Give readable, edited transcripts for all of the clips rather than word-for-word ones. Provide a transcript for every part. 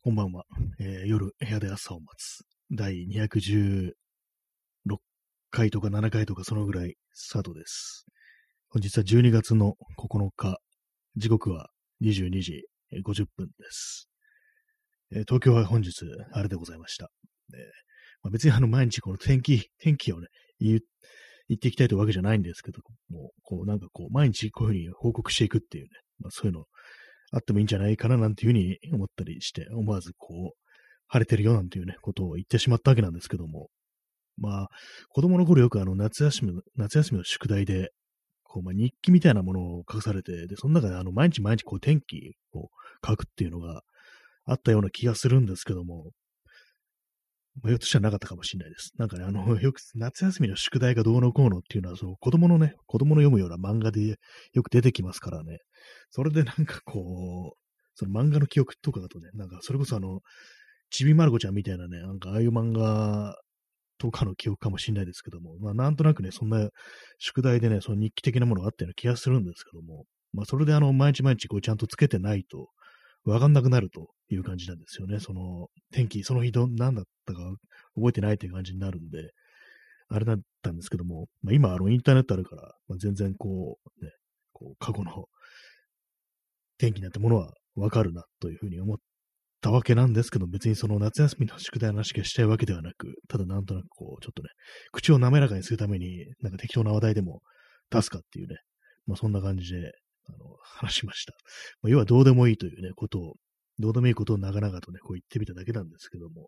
こんばんは。夜、部屋で朝を待つ。第216回とか7回とかそのぐらいスタートです。本日は12月の9日、時刻は22時50分です。東京は本日、晴れでございました。別に毎日この天気をね、言っていきたいというわけじゃないんですけども、毎日こういうふうに報告していくっていうね、そういうのあってもいいんじゃないかななんていうふうに思ったりして、思わず晴れてるよなんていうね、ことを言ってしまったわけなんですけども、子供の頃よく夏休みの宿題で、日記みたいなものを書かされて、で、その中で毎日毎日天気を書くっていうのがあったような気がするんですけども、ひょっとしたらなかったかもしれないです。なんかね、よく夏休みの宿題がどうのこうのっていうのは、子供の読むような漫画でよく出てきますからね。それでその漫画の記憶とかだとね、それこそちびまる子ちゃんみたいなね、ああいう漫画とかの記憶かもしれないですけども、なんとなくね、そんな宿題でね、その日記的なものがあったような気がするんですけども、それで毎日毎日ちゃんとつけてないと、わかんなくなるという感じなんですよね。その天気、その日何だったか覚えてないという感じになるんで、あれだったんですけども、今インターネットあるから、全然過去の天気なんてものはわかるなというふうに思ったわけなんですけど、別にその夏休みの宿題の話がしたいわけではなく、ただなんとなくちょっとね、口を滑らかにするために、適当な話題でも出すかっていうね、そんな感じで、話しました。要はどうでもいいというね、どうでもいいことを長々とね、言ってみただけなんですけども、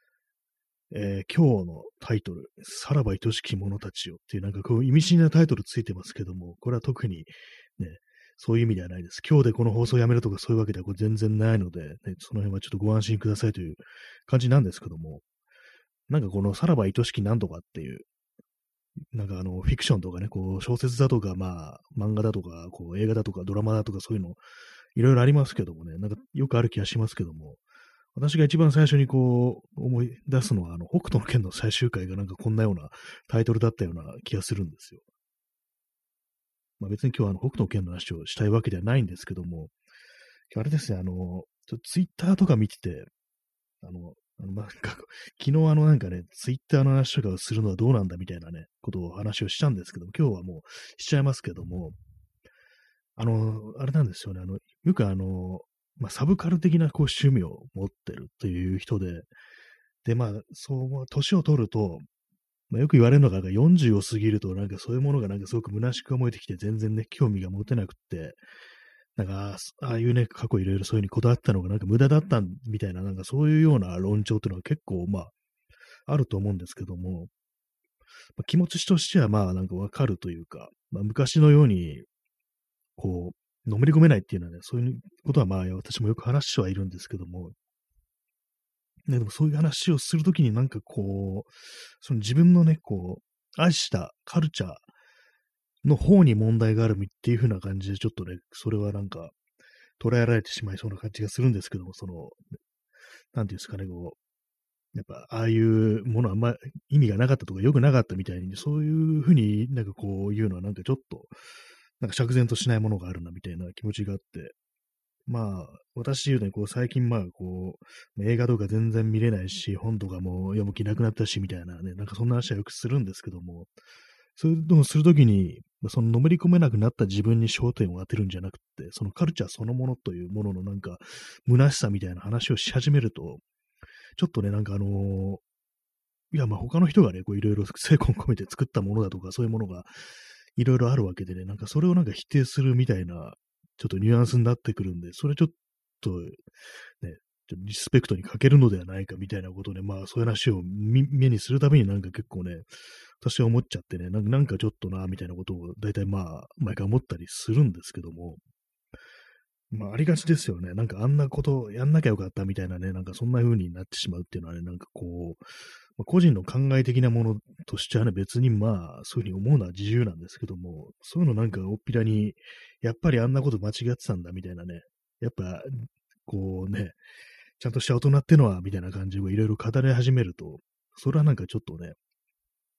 今日のタイトル、さらば愛しき者たちよっていう意味深なタイトルついてますけども、これは特にね、そういう意味ではないです。今日でこの放送をやめるとかそういうわけでは全然ないので、ね、その辺はちょっとご安心くださいという感じなんですけども、このさらば愛しきなんとかっていう、フィクションとかね、小説だとか、漫画だとか、映画だとか、ドラマだとか、そういうの、いろいろありますけどもね、よくある気がしますけども、私が一番最初に思い出すのは、北斗の拳の最終回がこんなようなタイトルだったような気がするんですよ。別に今日は北斗の拳の話をしたいわけではないんですけども、今日あれですね、ツイッターとか見てて、昨日ツイッターの話とかをするのはどうなんだみたいなね、ことを話をしたんですけども、今日はもうしちゃいますけども、あれなんですよね、よくサブカル的な趣味を持ってるという人で、で、年を取ると、よく言われるのが、40を過ぎると、そういうものがすごく虚しく思えてきて、全然ね、興味が持てなくって、ああいうね、過去いろいろそういうふうにこだわったのが無駄だったみたいな、そういうような論調っていうのは結構、あると思うんですけども、気持ちとしてはわかるというか、昔のように、のめり込めないっていうのはね、そういうことは私もよく話してはいるんですけども、ね、でもそういう話をするときにその自分のね、愛したカルチャーの方に問題があるっていう風な感じで、ちょっとね、それは捉えられてしまいそうな感じがするんですけども、なんていうんですかね、やっぱ、ああいうものは意味がなかったとか良くなかったみたいに、そういう風に言うのはちょっと、釈然としないものがあるなみたいな気持ちがあって、私言うね、最近映画とか全然見れないし、本とかも読む気なくなったし、みたいなね、そんな話はよくするんですけども、そういうのをするときに、そののめり込めなくなった自分に焦点を当てるんじゃなくて、そのカルチャーそのものというものの虚しさみたいな話をし始めると、ちょっとね、いや、他の人がね、いろいろ精魂込めて作ったものだとか、そういうものがいろいろあるわけでね、それを否定するみたいな、ちょっとニュアンスになってくるんで、それちょっと、ね、リスペクトに欠けるのではないかみたいなことで、そういう話を目にするために結構ね、私は思っちゃってね、ちょっとな、みたいなことを大体毎回思ったりするんですけども、ありがちですよね。あんなことやんなきゃよかったみたいなね、そんな風になってしまうっていうのはね、個人の考え的なものとしてはね、別にそういうふうに思うのは自由なんですけども、そういうのおっぴらに、やっぱりあんなこと間違ってたんだみたいなね、やっぱ、ちゃんとした大人ってのは、みたいな感じをいろいろ語り始めると、それはちょっとね、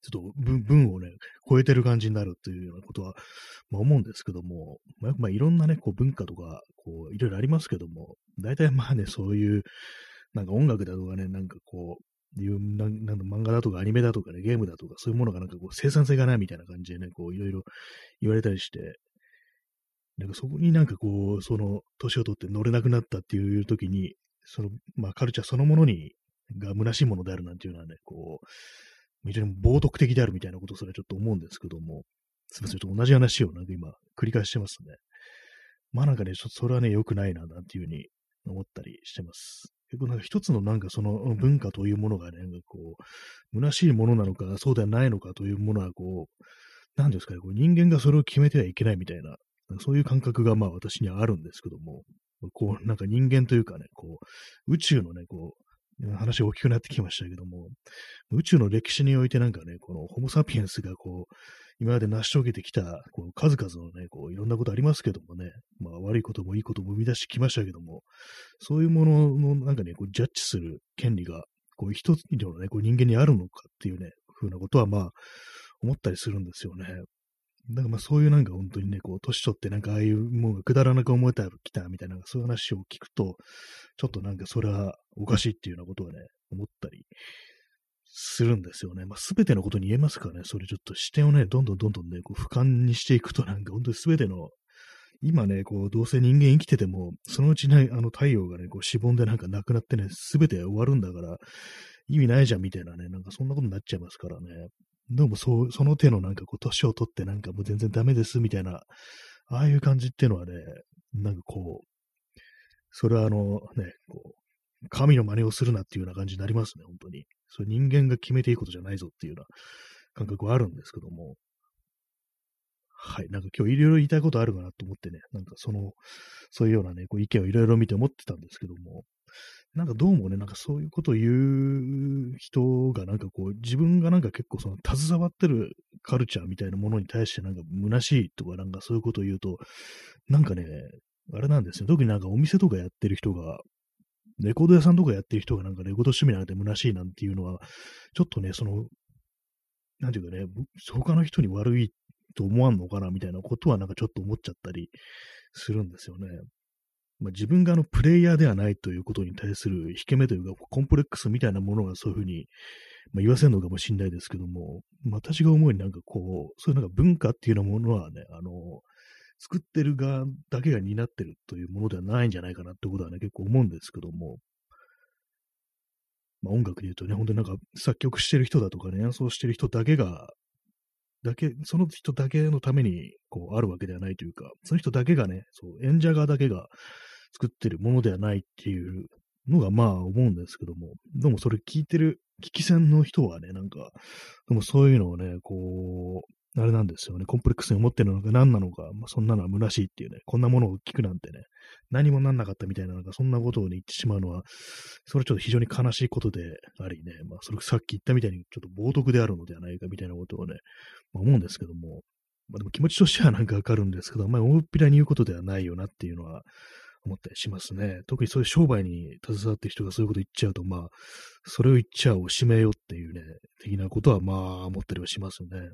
ちょっと文をね、超えてる感じになるというようなことは、まあ、思うんですけども、まあ、いろんなね、こう文化とか、こう、いろいろありますけども、大体まあね、そういう、なんか音楽だとかね、なんかこう、なんだ漫画だとかアニメだとかね、ゲームだとか、そういうものがなんかこう、生産性がないみたいな感じでね、こう、いろいろ言われたりして、なんかそこになんかこう、その、年を取って乗れなくなったっていう時に、その、まあ、カルチャーそのものが虚しいものであるなんていうのはね、こう、非常に冒涜的であるみたいなことをそれはちょっと思うんですけども、すみません、ちょっと同じ話をなんか今、繰り返してますね。まあなんかね、ちょっとそれはね、良くないな、なんていうふうに思ったりしてます。結構なんか一つのなんかその文化というものがね、なんかこう、虚しいものなのか、そうではないのかというものはこう、なんですかね、こう人間がそれを決めてはいけないみたいな、そういう感覚がまあ私にはあるんですけども、こう、なんか人間というかね、こう、宇宙のね、こう、話大きくなってきましたけども、宇宙の歴史においてなんかね、このホモ・サピエンスがこう、今まで成し遂げてきた、こう数々のね、こういろんなことありますけどもね、まあ悪いこともいいことも生み出してきましたけども、そういうもののなんかね、こうジャッジする権利が、こう一つのね、こう人間にあるのかっていうね、ふうなことはまあ思ったりするんですよね。だからまあそういうなんか本当にね、こう年取ってなんかああいうもうくだらなく思えたきたみたいな、そういう話を聞くと、ちょっとなんかそれはおかしいっていうようなことはね、思ったりするんですよね。まあ、すべてのことに言えますからね、それちょっと視点をね、どんどんね、こう俯瞰にしていくと、なんか本当にすべての、今ね、こう、どうせ人間生きてても、そのうちね、太陽がね、こう、しぼんでなんかなくなってね、すべて終わるんだから、意味ないじゃんみたいなね、なんかそんなことになっちゃいますからね。でもその手のなんかこう、年を取ってなんかもう全然ダメですみたいな、ああいう感じっていうのはね、なんかこう、それはね、こう、神の真似をするなっていうような感じになりますね、本当に。それ人間が決めていいことじゃないぞっていうような感覚はあるんですけども、はい、なんか今日いろいろ言いたいことあるかなと思ってね、なんかそういうようなね、こう意見をいろいろ見て思ってたんですけども、なんかどうもね、なんかそういうことを言う人がなんかこう、自分がなんか結構その携わってるカルチャーみたいなものに対してなんか虚しいとかなんかそういうことを言うと、なんかね、あれなんですよ。特になんかお店とかやってる人が、レコード屋さんとかやってる人がなんかレコード趣味なんて虚しいなんていうのは、ちょっとね、なんていうかね、他の人に悪いと思わんのかなみたいなことはなんかちょっと思っちゃったりするんですよね。まあ、自分がプレイヤーではないということに対する引け目というか、コンプレックスみたいなものがそういうふうに、まあ、言わせるのかもしれないですけども、まあ、私が思うになんかこう、そういうなんか文化っていうようなものはね、作ってる側だけが担ってるというものではないんじゃないかなってことはね、結構思うんですけども、まあ、音楽で言うとね、本当になんか作曲してる人だとかね、演奏してる人その人だけのために、こう、あるわけではないというか、その人だけがね、そう、演者側だけが作ってるものではないっていうのが、まあ、思うんですけども、でもそれ聞いてる、聞き戦の人はね、なんか、でもそういうのをね、こう、あれなんですよね、コンプレックスに思ってるのか何なのか、まあ、そんなのは虚しいっていうね、こんなものを聞くなんてね、何もなんなかったみたいな、なんかそんなことを、ね、言ってしまうのは、それちょっと非常に悲しいことでありね、まあ、それさっき言ったみたいに、ちょっと冒涜であるのではないかみたいなことをね、まあ、思うんですけども、まあ、でも気持ちとしてはなんかわかるんですけど、まあ、大っぴらに言うことではないよなっていうのは思ったりしますね。特にそういう商売に携わってる人がそういうこと言っちゃうと、まあ、それを言っちゃおしめよっていうね、的なことはまあ思ったりはしますよね。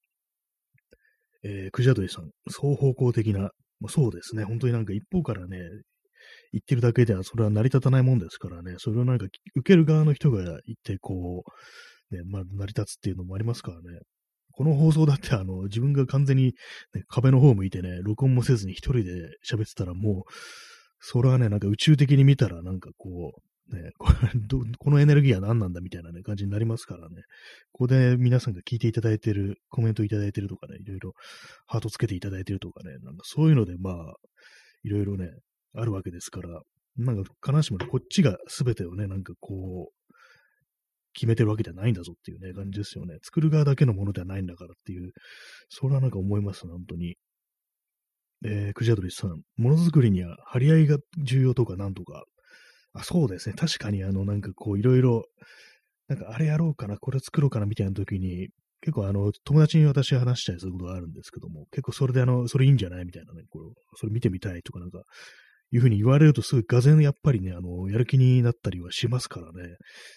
クジャドリさん、双方向的な、まあ、そうですね、本当になんか一方からね、言ってるだけではそれは成り立たないもんですからね、それをなんか受ける側の人が言ってこう、ね、まあ成り立つっていうのもありますからね。この放送だって自分が完全に、ね、壁の方向いてね、録音もせずに一人で喋ってたらもう、それはね、なんか宇宙的に見たらなんかこう、ね、このエネルギーは何なんだみたいなね、感じになりますからね。ここで皆さんが聞いていただいてる、コメントいただいてるとかね、いろいろハートつけていただいてるとかね、なんかそういうのでまあ、いろいろね、あるわけですから、なんか必ずしもね、こっちが全てをね、なんかこう、決めてるわけじゃないんだぞっていうね、感じですよね。作る側だけのものではないんだからっていう、それはなんか思いますね、本当に。クジャドリさん、ものづくりには張り合いが重要とかなんとか。あ、そうですね。確かになんかこういろいろ、なんかあれやろうかな、これ作ろうかなみたいな時に、結構友達に私話したりすることがあるんですけども、結構それでそれいいんじゃないみたいなね、こう、それ見てみたいとかなんか、いうふうに言われるとすぐがぜんやっぱりね、やる気になったりはしますからね。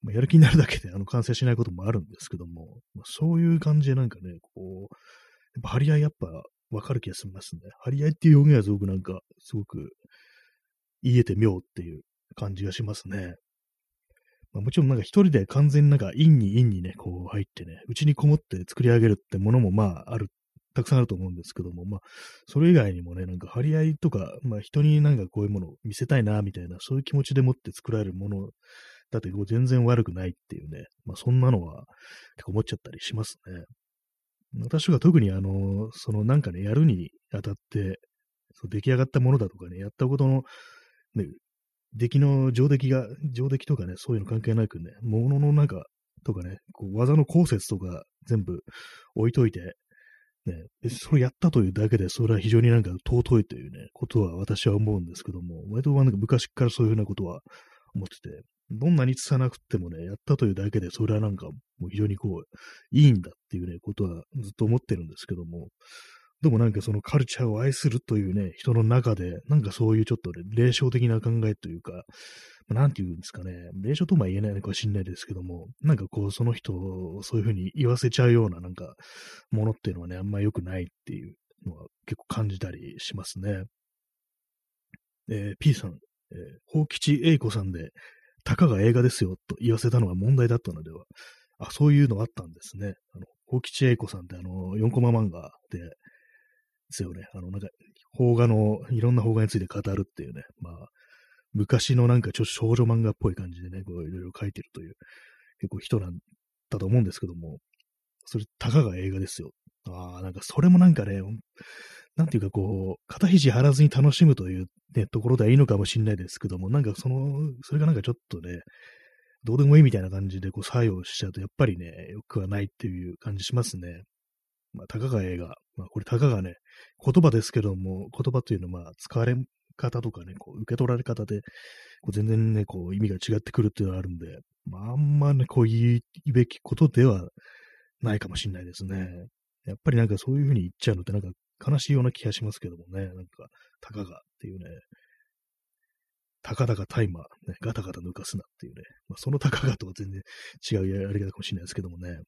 まあ、やる気になるだけで完成しないこともあるんですけども、まあ、そういう感じでなんかね、こう、やっぱ張り合いやっぱわかる気がしますね。張り合いっていう表現はすごくなんか、すごく言えて妙っていう感じがしますね。まあ、もちろんなんか一人で完全になんか陰にね、こう入ってね、内にこもって作り上げるってものもまあある、たくさんあると思うんですけども、まあ、それ以外にもね、なんか張り合いとか、まあ人になんかこういうものを見せたいな、みたいな、そういう気持ちでもって作られるものだってこう全然悪くないっていうね、まあそんなのは結構思っちゃったりしますね。私が特にそのなんかね、やるにあたって、そう出来上がったものだとかね、やったことの、ね、出来の上出来とかね、そういうの関係なくね、もののなんか、とかね、こう技の考説とか全部置いといて、ね、でそれやったというだけで、それは非常になんか尊いというね、ことは私は思うんですけども、割となんか昔からそういうふうなことは思ってて、どんなに拙くってもね、やったというだけで、それはなんかもう非常にこう、いいんだっていうね、ことはずっと思ってるんですけども、でもなんかそのカルチャーを愛するというね、人の中で、なんかそういうちょっとね、霊障的な考えというか、なんていうんですかね、霊障とも言えないのかもしれないですけども、なんかこう、その人をそういうふうに言わせちゃうようななんか、ものっていうのはね、あんま良くないっていうのは結構感じたりしますね。P さん、宝吉英子さんで、たかが映画ですよと言わせたのは問題だったのでは。あ、そういうのあったんですね。宝吉英子さんって4コマ漫画ですよね。なんか、邦画の、いろんな邦画について語るっていうね、まあ、昔のなんかちょっと少女漫画っぽい感じでね、こういろいろ書いてるという、結構人なんだと思うんですけども、それ、たかが映画ですよ。ああ、なんかそれもなんかね、なんていうかこう、肩肘張らずに楽しむというね、ところではいいのかもしれないですけども、なんかそれがなんかちょっとね、どうでもいいみたいな感じでこう作用しちゃうと、やっぱりね、良くはないっていう感じしますね。まあ、たかが映画。まあ、これたかがね、言葉ですけども、言葉というのは、まあ、使われ方とかね、こう、受け取られ方で、こう全然ね、こう、意味が違ってくるっていうのがあるんで、まあ、あんまね、こう言うべきことではないかもしれないですね。やっぱりなんかそういうふうに言っちゃうのってなんか悲しいような気がしますけどもね、なんか、たかがっていうね、たかだかタイマー、ね、ガタガタ抜かすなっていうね、まあ、そのたかがとは全然違うやり方かもしれないですけどもね、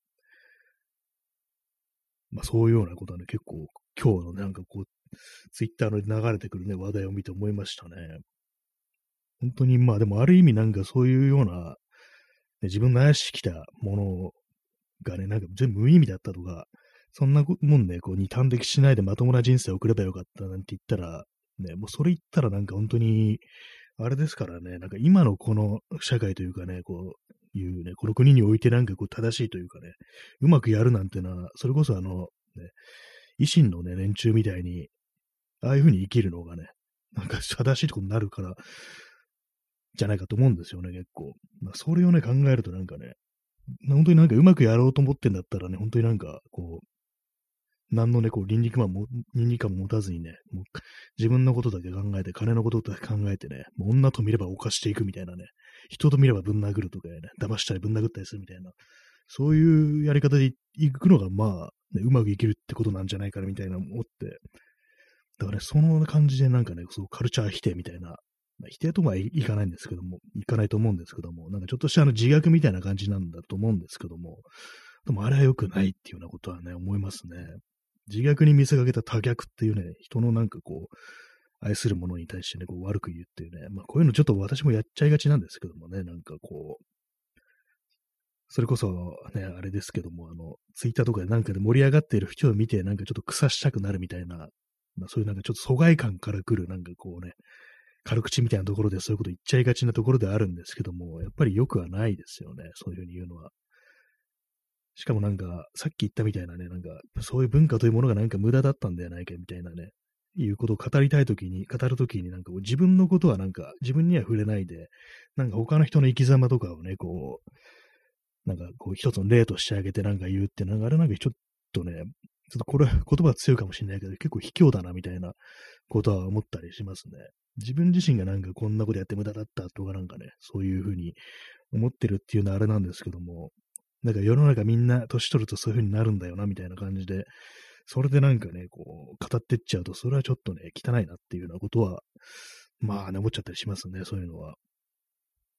まあそういうようなことはね、結構今日のなんかこう、ツイッターの流れてくるね、話題を見て思いましたね。本当にまあでもある意味なんかそういうような、ね、自分の愛してきたものがね、なんか全部無意味だったとか、そんなもんね、こうに端的しないでまともな人生を送ればよかったなんて言ったら、ね、もうそれ言ったらなんか本当に、あれですからね、なんか今のこの社会というかね、こういうね、この国においてなんかこう正しいというかね、うまくやるなんてのは、それこそね、維新のね、連中みたいに、ああいう風に生きるのがね、なんか正しいとこになるから、じゃないかと思うんですよね、結構。まあ、それをね、考えるとなんかね、本当になんかうまくやろうと思ってんだったらね、本当になんか、こう、何のね、こう、倫理観も持たずにね、もう自分のことだけ考えて、金のことだけ考えてね、もう女と見れば犯していくみたいなね、人と見ればぶん殴るとかね、騙したりぶん殴ったりするみたいな、そういうやり方でいくのが、まあ、ね、うまくいけるってことなんじゃないかなみたいな思って、だからね、その感じでなんかね、そうカルチャー否定みたいな、まあ、否定とはいかないんですけども、いかないと思うんですけども、なんかちょっとした自虐みたいな感じなんだと思うんですけども、でもあれは良くないっていうようなことはね、思いますね。自虐に見せかけた多虐っていうね、人のなんかこう、愛するものに対してね、こう悪く言うっていうね、まあこういうのちょっと私もやっちゃいがちなんですけどもね、なんかこう、それこそね、あれですけども、ツイッターとかでなんかで盛り上がっている人を見て、なんかちょっと腐したくなるみたいな、まあそういうなんかちょっと疎外感から来るなんかこうね、軽口みたいなところでそういうこと言っちゃいがちなところであるんですけども、やっぱり良くはないですよね、そういうふうに言うのは。しかもなんか、さっき言ったみたいなね、なんか、そういう文化というものがなんか無駄だったんではないかみたいなね、いうことを語りたいときに、語るときになんかこう自分のことはなんか自分には触れないで、なんか他の人の生き様とかをね、こう、なんかこう一つの例としてあげてなんか言うってなんかあれなんかちょっとね、ちょっとこれ言葉は強いかもしれないけど、結構卑怯だなみたいなことは思ったりしますね。自分自身がなんかこんなことやって無駄だったとかなんかね、そういうふうに思ってるっていうのはあれなんですけども、なんか世の中みんな年取るとそういう風になるんだよな、みたいな感じで、それでなんかね、こう、語ってっちゃうと、それはちょっとね、汚いなっていうようなことは、まあね、思っちゃったりしますね、そういうのは。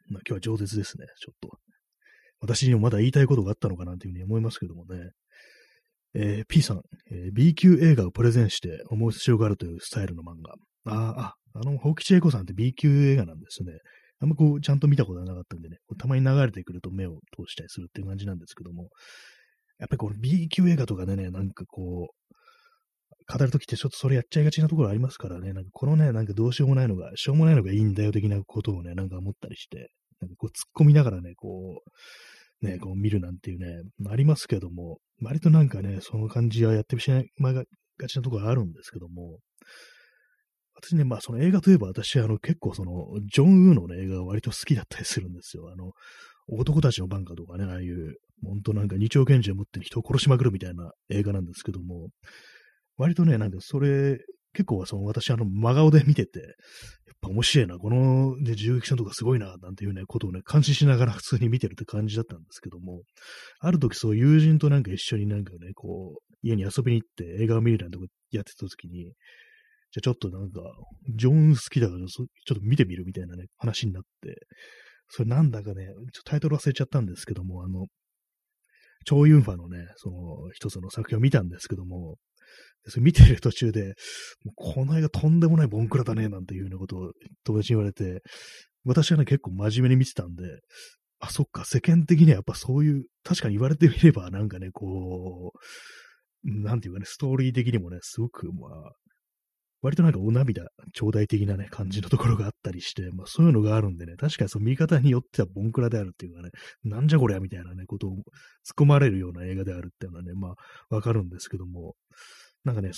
今日は饒舌ですね。ちょっと。私にもまだ言いたいことがあったのかなというふうに思いますけどもね。P さん、B 級映画をプレゼンして面白がるというスタイルの漫画。ホウキチエコさんって B 級映画なんですね。あんまこう、ちゃんと見たことがなかったんでね、たまに流れてくると目を通したりするっていう感じなんですけども、やっぱりこの B 級映画とかでね、なんかこう、語るときってちょっとそれやっちゃいがちなところありますからね、なんかこのね、なんかどうしようもないのが、しょうもないのがいいんだよ的なことをね、なんか思ったりして、なんかこう突っ込みながらね、こう見るなんていうね、ありますけども、割となんかね、その感じはやってしまいがちなところがあるんですけども、私ね、まあその映画といえば私、結構その、ジョン・ウーの、ね、映画が割と好きだったりするんですよ。男たちのバンカとかね、ああいう、本当なんか二丁拳銃を持って人を殺しまくるみたいな映画なんですけども、割とね、なんかそれ、結構その私真顔で見てて、やっぱ面白いな、この、ね、銃撃戦とかすごいな、なんていうね、ことをね、感心しながら普通に見てるって感じだったんですけども、ある時そう友人となんか一緒になんかね、こう、家に遊びに行って映画を見るなんてことやってた時に、じゃあちょっとなんか、ジョン好きだからちょっと見てみるみたいなね、話になって、それなんだかね、ちょっとタイトル忘れちゃったんですけども、チョウ・ユンファのね、その一つの作品を見たんですけども、それ見てる途中で、もうこの映画とんでもないボンクラだね、なんていうようなことを友達に言われて、私はね、結構真面目に見てたんで、あ、そっか、世間的にはやっぱそういう、確かに言われてみれば、なんかね、こう、なんていうかね、ストーリー的にもね、すごく、まあ、割となんかお涙頂戴的なね、感じのところがあったりして、まあそういうのがあるんでね、確かにその見方によってはボンクラであるっていうかね、なんじゃこりゃみたいなね、ことを突っ込まれるような映画であるっていうのはね、まあわかるんですけども、なんかね、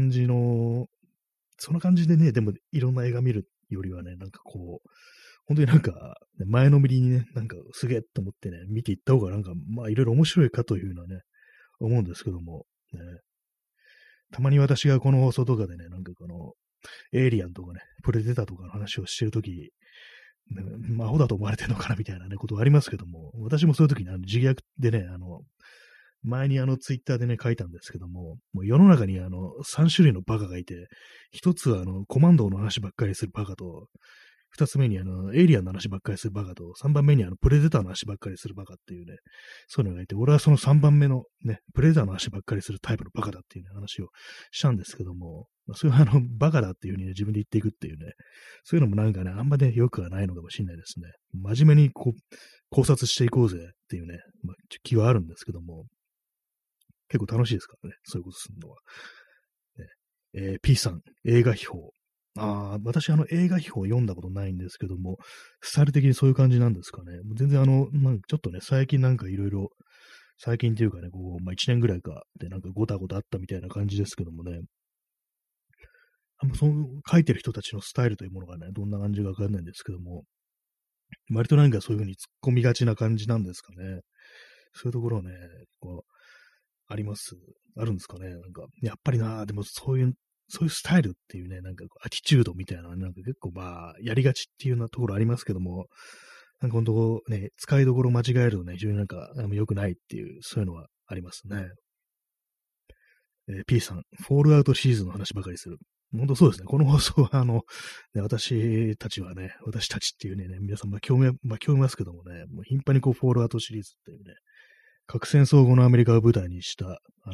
そんな感じでね、でもいろんな映画見るよりはね、なんかこう、本当になんか、ね、前のめりにね、なんかすげえと思ってね、見ていった方がなんか、まあいろいろ面白いかというのはね、思うんですけども、ね、たまに私がこの放送とかでね、なんかエイリアンとかね、プレデターとかの話をしてるとき、ね、アホだと思われてるのかなみたいなね、ことはありますけども、私もそういうときに自虐でね、前にツイッターでね、書いたんですけども、もう世の中に3種類のバカがいて、一つはコマンドの話ばっかりするバカと、二つ目にエイリアンの話ばっかりするバカと、三番目にプレデターの話ばっかりするバカっていうね、そういうのがいて、俺はその三番目のね、プレデターの話ばっかりするタイプのバカだっていうね、話をしたんですけども、まあ、そういうバカだっていうふうにね、自分で言っていくっていうね、そういうのもなんかね、あんまね、良くはないのかもしれないですね。真面目にこう、考察していこうぜっていうね、まあ、気はあるんですけども、結構楽しいですからね、そういうことするのは。ねP さん、映画秘宝。私映画秘宝読んだことないんですけども、スタイル的にそういう感じなんですかね。もう全然なんかちょっとね、最近なんかいろいろ、最近っていうかね、まあ1年ぐらいかでなんかごたごたあったみたいな感じですけどもね、その書いてる人たちのスタイルというものがね、どんな感じかわかんないんですけども、割となんかそういう風に突っ込みがちな感じなんですかね。そういうところはね、こう、あるんですかね。なんか、やっぱりな、でもそういうスタイルっていうね、なんかアティチュードみたいな、なんか結構まあ、やりがちっていうようなところありますけども、なんか本当ね、使いどころ間違えるとね、非常になんか良くないっていう、そういうのはありますね。P さん、フォールアウトシリーズの話ばかりする。本当そうですね。この放送は、ね、私たちっていうね、皆さん、巻き込みますけどもね、もう頻繁にフォールアウトシリーズっていうね、核戦争後のアメリカを舞台にした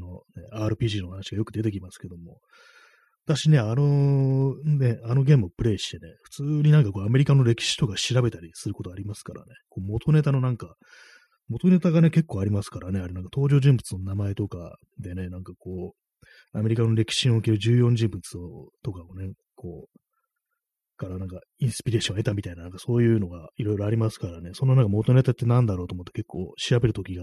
、RPG の話がよく出てきますけども、私ね、あのゲームをプレイしてね、普通になんかアメリカの歴史とか調べたりすることありますからね、元ネタがね、結構ありますからね、あれなんか登場人物の名前とかでね、なんかアメリカの歴史における重要人物とかをね、からなんかインスピレーションを得たみたいな、なんかそういうのがいろいろありますからね、そのなんか元ネタってなんだろうと思って結構調べるときがあって、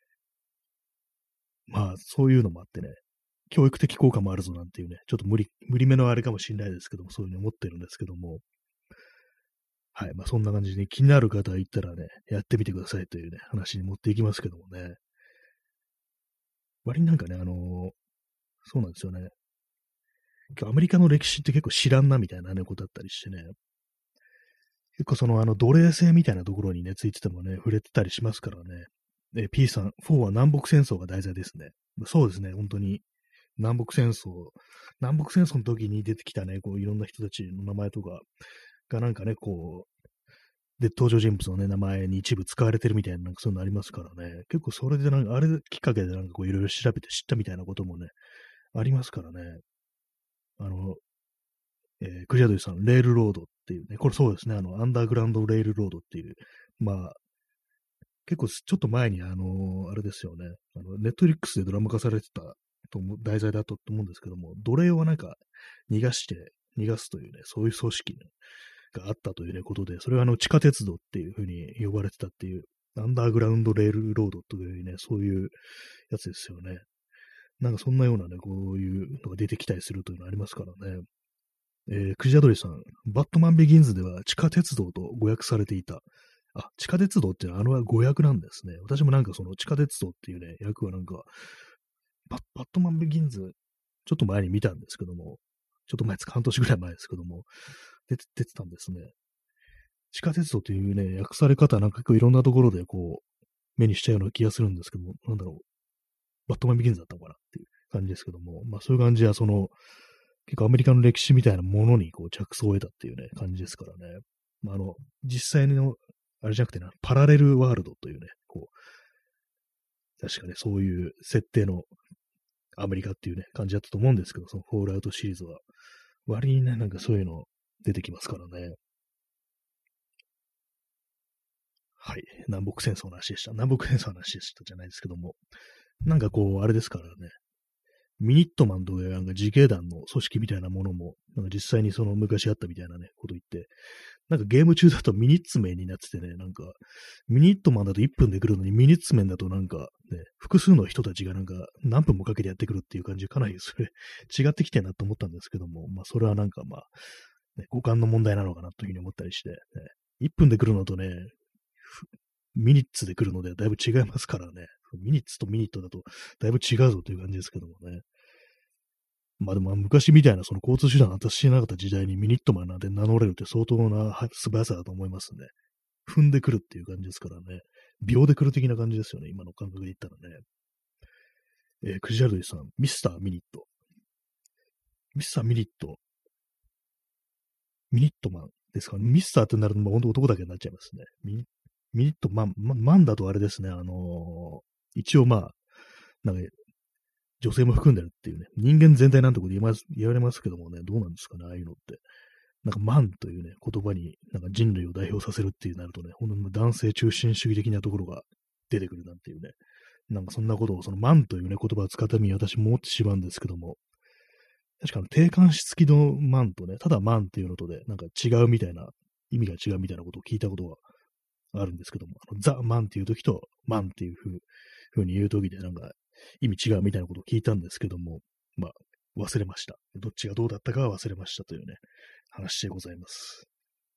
まあそういうのもあってね、教育的効果もあるぞなんていうね、ちょっと無理めのあれかもしれないですけども、そういうふうに思ってるんですけども、はい、まあそんな感じで気になる方は言ったらね、やってみてくださいというね、話に持っていきますけどもね、割になんかね、そうなんですよね。アメリカの歴史って結構知らんなみたいなね、ことだったりしてね、結構奴隷制みたいなところにね、ついててもね、触れてたりしますからね。P さん、4は南北戦争が題材ですね。そうですね、本当に。南北戦争の時に出てきたね、いろんな人たちの名前とかがなんかね、 で、登場人物のね、名前に一部使われてるみたいな、なんかそういうのありますからね。結構それでなんか、あれきっかけでなんかこういろいろ調べて知ったみたいなこともね、ありますからね。あの、クジャドリさん、レールロードっていうね、これそうですね、アンダーグラウンドレールロードっていう、まあ、結構ちょっと前にあれですよね、ネットフリックスでドラマ化されてた題材だと思うんですけども、奴隷をなんか逃がすというね、そういう組織があったというね、ことで、それは地下鉄道っていう風に呼ばれてたっていう、アンダーグラウンドレールロードというね、そういうやつですよね。なんかそんなようなね、こういうのが出てきたりするというのありますからね。クジラドリさん、バットマンビギンズでは地下鉄道と語訳されていた。あ、地下鉄道っていうのは語訳なんですね。私もなんかその地下鉄道っていうね、訳はなんか、バットマンビギンズ、ちょっと前に見たんですけども、ちょっと前ですか、半年ぐらい前ですけども、出てたんですね。地下鉄道というね、訳され方なんか結構いろんなところでこう、目にしたような気がするんですけども、なんだろう、バットマンビギンズだったのかなっていう感じですけども、まあそういう感じは結構アメリカの歴史みたいなものにこう着想を得たっていうね、感じですからね。まあ、実際の、あれじゃなくてな、パラレルワールドというね、こう、確かね、そういう設定のアメリカっていうね、感じだったと思うんですけど、そのフォールアウトシリーズは。割にね、なんかそういうの出てきますからね。はい。南北戦争の話でした。南北戦争の話でしたじゃないですけども。なんかこう、あれですからね。ミニットマンというなんか自警団の組織みたいなものも、なんか実際にその昔あったみたいなね、こと言って、なんかゲーム中だとミニッツメンになっててね、なんか、ミニットマンだと1分で来るのにミニッツメンだとなんかね、複数の人たちがなんか何分もかけてやってくるっていう感じでかなりそれ違ってきてるなと思ったんですけども、まあそれはなんかまあ、ね、五感の問題なのかなというふうに思ったりして、ね、1分で来るのとね、ミニッツで来るのでだいぶ違いますからね、ミニッツとミニットだとだいぶ違うぞという感じですけどもね。まあでも昔みたいなその交通手段を私しなかった時代にミニットマンなんて名乗れるって相当な素早さだと思いますね。踏んでくるっていう感じですからね。秒で来る的な感じですよね。今の感覚で言ったらね。クジラルイさん、ミスターミニット。ミスターミニット。ミニットマンですかね。ミスターってなると、本当男だけになっちゃいますね。ミニットマン、マンだとあれですね。一応まあ、なんか、女性も含んでるっていうね。人間全体なんてこと言われますけどもね。どうなんですかね。ああいうのって。なんか、マンというね、言葉に、なんか人類を代表させるっていうなるとね、ほんと男性中心主義的なところが出てくるなんていうね、なんかそんなことを、そのマンというね、言葉を使うために私も思ってしまうんですけども、確か定冠詞付きのマンとね、ただマンっていうのとで、なんか違うみたいな、意味が違うみたいなことを聞いたことがあるんですけども、ザ・マンっていう時と、マンっていうふうに言う時で、なんか意味違うみたいなことを聞いたんですけども、まあ、忘れました。どっちがどうだったかは忘れましたというね、話でございます。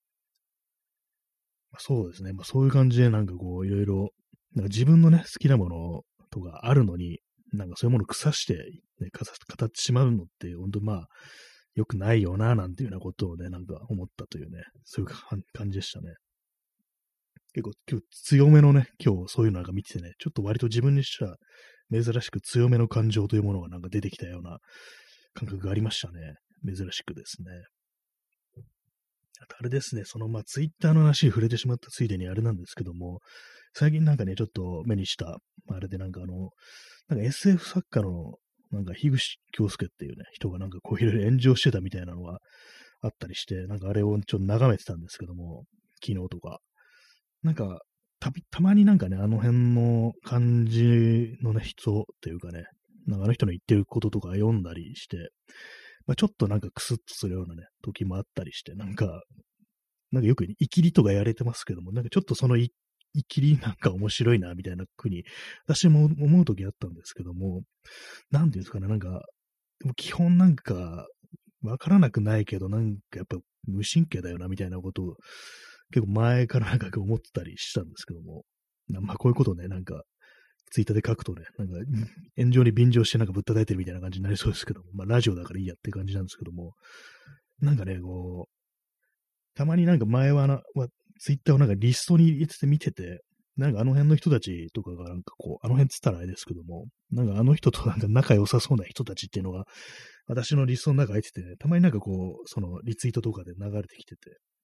そうですね。そういう感じでなんかこう、いろいろ、なんか自分のね、好きなものとかあるのに、なんかそういうものを腐して、ね、語ってしまうのって、本当まあ、良くないよな、なんていうようなことをね、なんか思ったというね、そういう感じでしたね。結構、今日強めのね、今日そういうのなんか見ててね、ちょっと割と自分にしては珍しく強めの感情というものがなんか出てきたような感覚がありましたね。珍しくですね。あとあれですね、ツイッターの話に触れてしまったついでにあれなんですけども、最近なんかね、ちょっと目にした、あれでなんかなんか SF 作家の、なんか樋口京介っていうね、人がなんかこういろいろ炎上してたみたいなのがあったりして、なんかあれをちょっと眺めてたんですけども、昨日とか。なんか、たまになんかね、あの辺の感じのね、人っていうかね、なんかあの人の言ってることとか読んだりして、ちょっとなんかクスッとするようなね、時もあったりして、なんかよくイキリとかやれてますけども、なんかちょっとそのイキリなんか面白いな、みたいな風に、私も思う時あったんですけども、なんていうんですかね、なんか、でも基本なんか、わからなくないけど、なんかやっぱ無神経だよな、みたいなことを、結構前からなんか思ってたりしたんですけども、こういうことをね、なんか、ツイッターで書くとね、なんか、炎上に便乗してなんかぶったたいてるみたいな感じになりそうですけども、ラジオだからいいやって感じなんですけども、なんかね、こう、たまになんか前はツイッターをなんかリストに入れて見てて、なんかあの辺の人たちとかがなんかこう、あの辺っつったらあれですけども、なんかあの人となんか仲良さそうな人たちっていうのが、私のリストの中入ってて、たまになんかこう、そのリツイートとかで流れてきてて、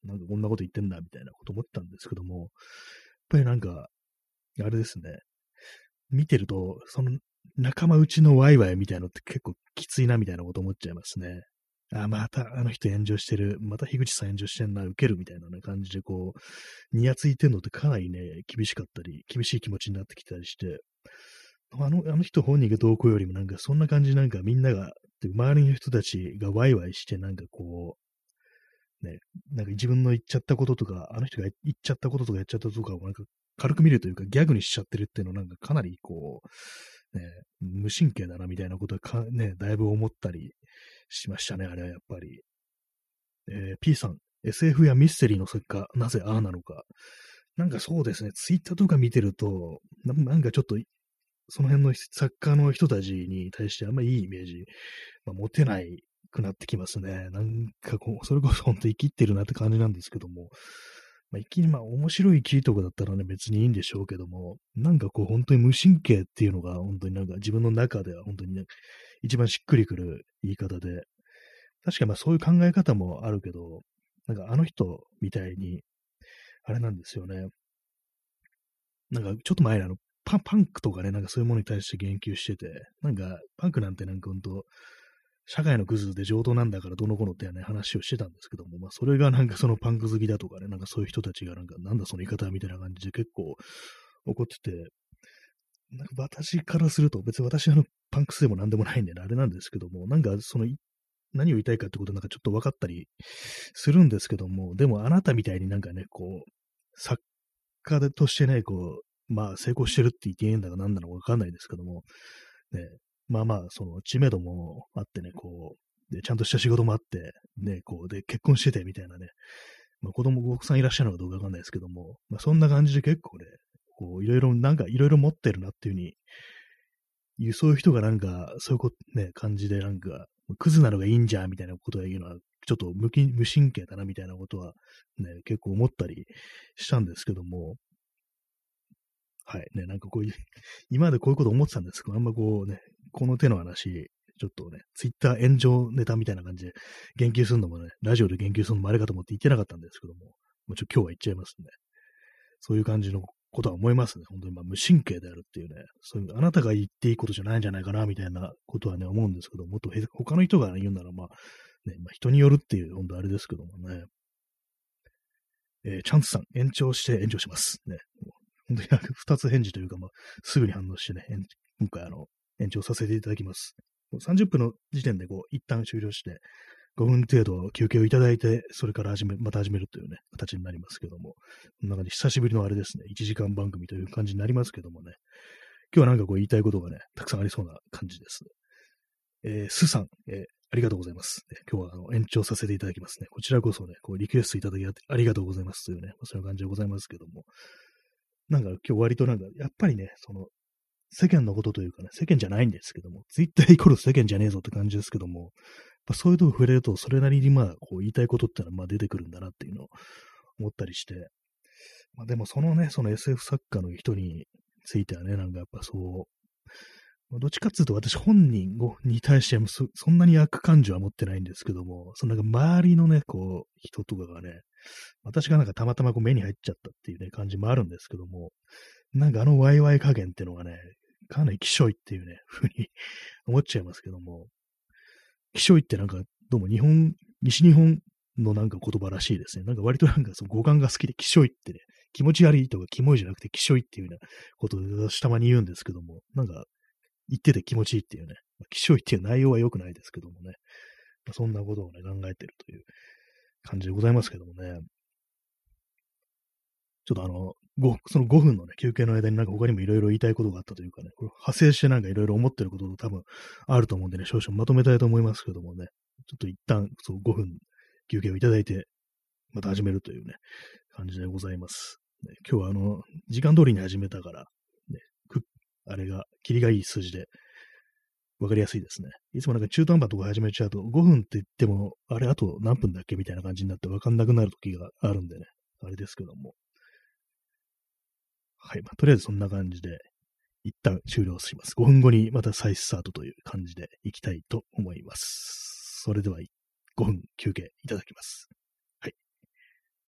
なんかこんなこと言ってんだ、みたいなこと思ったんですけども、やっぱりなんか、あれですね、見てると、その仲間内のワイワイみたいなのって結構きついなみたいなこと思っちゃいますね。あ、またあの人炎上してる、また樋口さん炎上してんな、ウケるみたいなね感じでこう、にやついてんのってかなりね、厳しかったり、厳しい気持ちになってきたりして、あの人本人がどうこうよりもなんかそんな感じなんかみんなが、周りの人たちがワイワイしてなんかこう、ね、なんか自分の言っちゃったこととか、あの人が言っちゃったこととかやっちゃったこととかをなんか軽く見るというかギャグにしちゃってるっていうのをなんかかなりこう、ね、無神経だなみたいなことはね、だいぶ思ったりしましたね、あれはやっぱり。P さん、SF やミステリーの作家、なぜああなのか。なんかそうですね、ツイッターとか見てると、なんかちょっと、その辺の作家の人たちに対してあんまりいいイメージ、持てないくなってきますね。なんかこう、それこそ本当生きってるなって感じなんですけども、生きに面白い生きとかだったらね、別にいいんでしょうけども、なんかこう、本当に無神経っていうのが、本当になんか自分の中では本当にね、一番しっくりくる言い方で、確かにそういう考え方もあるけど、なんかあの人みたいに、あれなんですよね。なんかちょっと前にパンクとかね、なんかそういうものに対して言及してて、なんかパンクなんてなんかほんと、社会のクズで上等なんだからどの子のってね、話をしてたんですけども、それがなんかそのパンク好きだとかね、なんかそういう人たちがなんか、なんだその言い方みたいな感じで結構怒ってて、なんか私からすると、別に私パンクスでもなんでもないんでね、あれなんですけども、なんか何を言いたいかってことなんかちょっと分かったりするんですけども、でもあなたみたいになんかね、こう、作家としてね、こう、成功してるって言っていいんだか何なのか分かんないですけども、ね、その知名度もあってね、こう、で、ちゃんとした仕事もあって、ね、こう、で、結婚しててみたいなね、奥さんいらっしゃるのかどうかわかんないですけども、そんな感じで結構ね、こう、いろいろ持ってるなっていうふうにそういう人がなんか、そういうね、感じでなんか、クズなのがいいんじゃんみたいなことを言うのは、ちょっと無神経だなみたいなことは、ね、結構思ったりしたんですけども、はいね、なんかこういう、今までこういうこと思ってたんですけど、あんまこうね、この手の話、ちょっとね、ツイッター炎上ネタみたいな感じで言及するのもね、ラジオで言及するのもあれかと思って言ってなかったんですけども、今日は言っちゃいますね。そういう感じのことは思いますね。本当に無神経であるっていうね、そういう、あなたが言っていいことじゃないんじゃないかな、みたいなことはね、思うんですけど、もっと他の人が言うなら、人によるっていう、本当あれですけどもね。チャンスさん、延長して延長します。ね。本当に二つ返事というか、すぐに反応してね、今回延長させていただきます。30分の時点で一旦終了して、5分程度休憩をいただいて、それからまた始めるというね、形になりますけども、こんな感じ、久しぶりのあれですね、1時間番組という感じになりますけどもね、今日はなんか言いたいことがね、たくさんありそうな感じです。スさん、ありがとうございます。今日は延長させていただきますね。こちらこそね、リクエストいただきありがとうございますというね、そういう感じでございますけども、なんか今日割となんか、やっぱりね、世間のことというかね、世間じゃないんですけども、ツイッターイコール世間じゃねえぞって感じですけども、そういうとこ触れると、それなりに言いたいことってのは出てくるんだなっていうのを思ったりして、でもそのね、その SF 作家の人についてはね、なんかやっぱそう、どっちかっていうと私本人に対してもそんなに悪感情は持ってないんですけども、そのなんか周りのね、人とかがね、私がなんかたまたま目に入っちゃったっていうね、感じもあるんですけども、なんかワイワイ加減っていうのがね、かなりきしょいっていうね、ふうに思っちゃいますけども、きしょいってなんか、どうも西日本のなんか言葉らしいですね。なんか割となんかその語感が好きで、きしょいってね、気持ち悪いとかキモいじゃなくて、きしょいっていうようなことを私たまに言うんですけども、なんか言ってて気持ちいいっていうね、きしょいっていう内容は良くないですけどもね、そんなことをね、考えてるという感じでございますけどもね。ちょっとその5分のね、休憩の間になんか他にもいろいろ言いたいことがあったというかね、これ派生してなんかいろいろ思ってることと多分あると思うんでね、少々まとめたいと思いますけどもね、ちょっと一旦そう5分休憩をいただいて、また始めるというね、感じでございます。ね、今日は時間通りに始めたから、ね、あれが、キリがいい数字で、わかりやすいですね。いつもなんか中途半端とか始めちゃうと、5分って言っても、あれあと何分だっけみたいな感じになってわかんなくなる時があるんでね、あれですけども。はい。とりあえずそんな感じで、一旦終了します。5分後にまた再スタートという感じでいきたいと思います。それでは5分休憩いただきます。はい。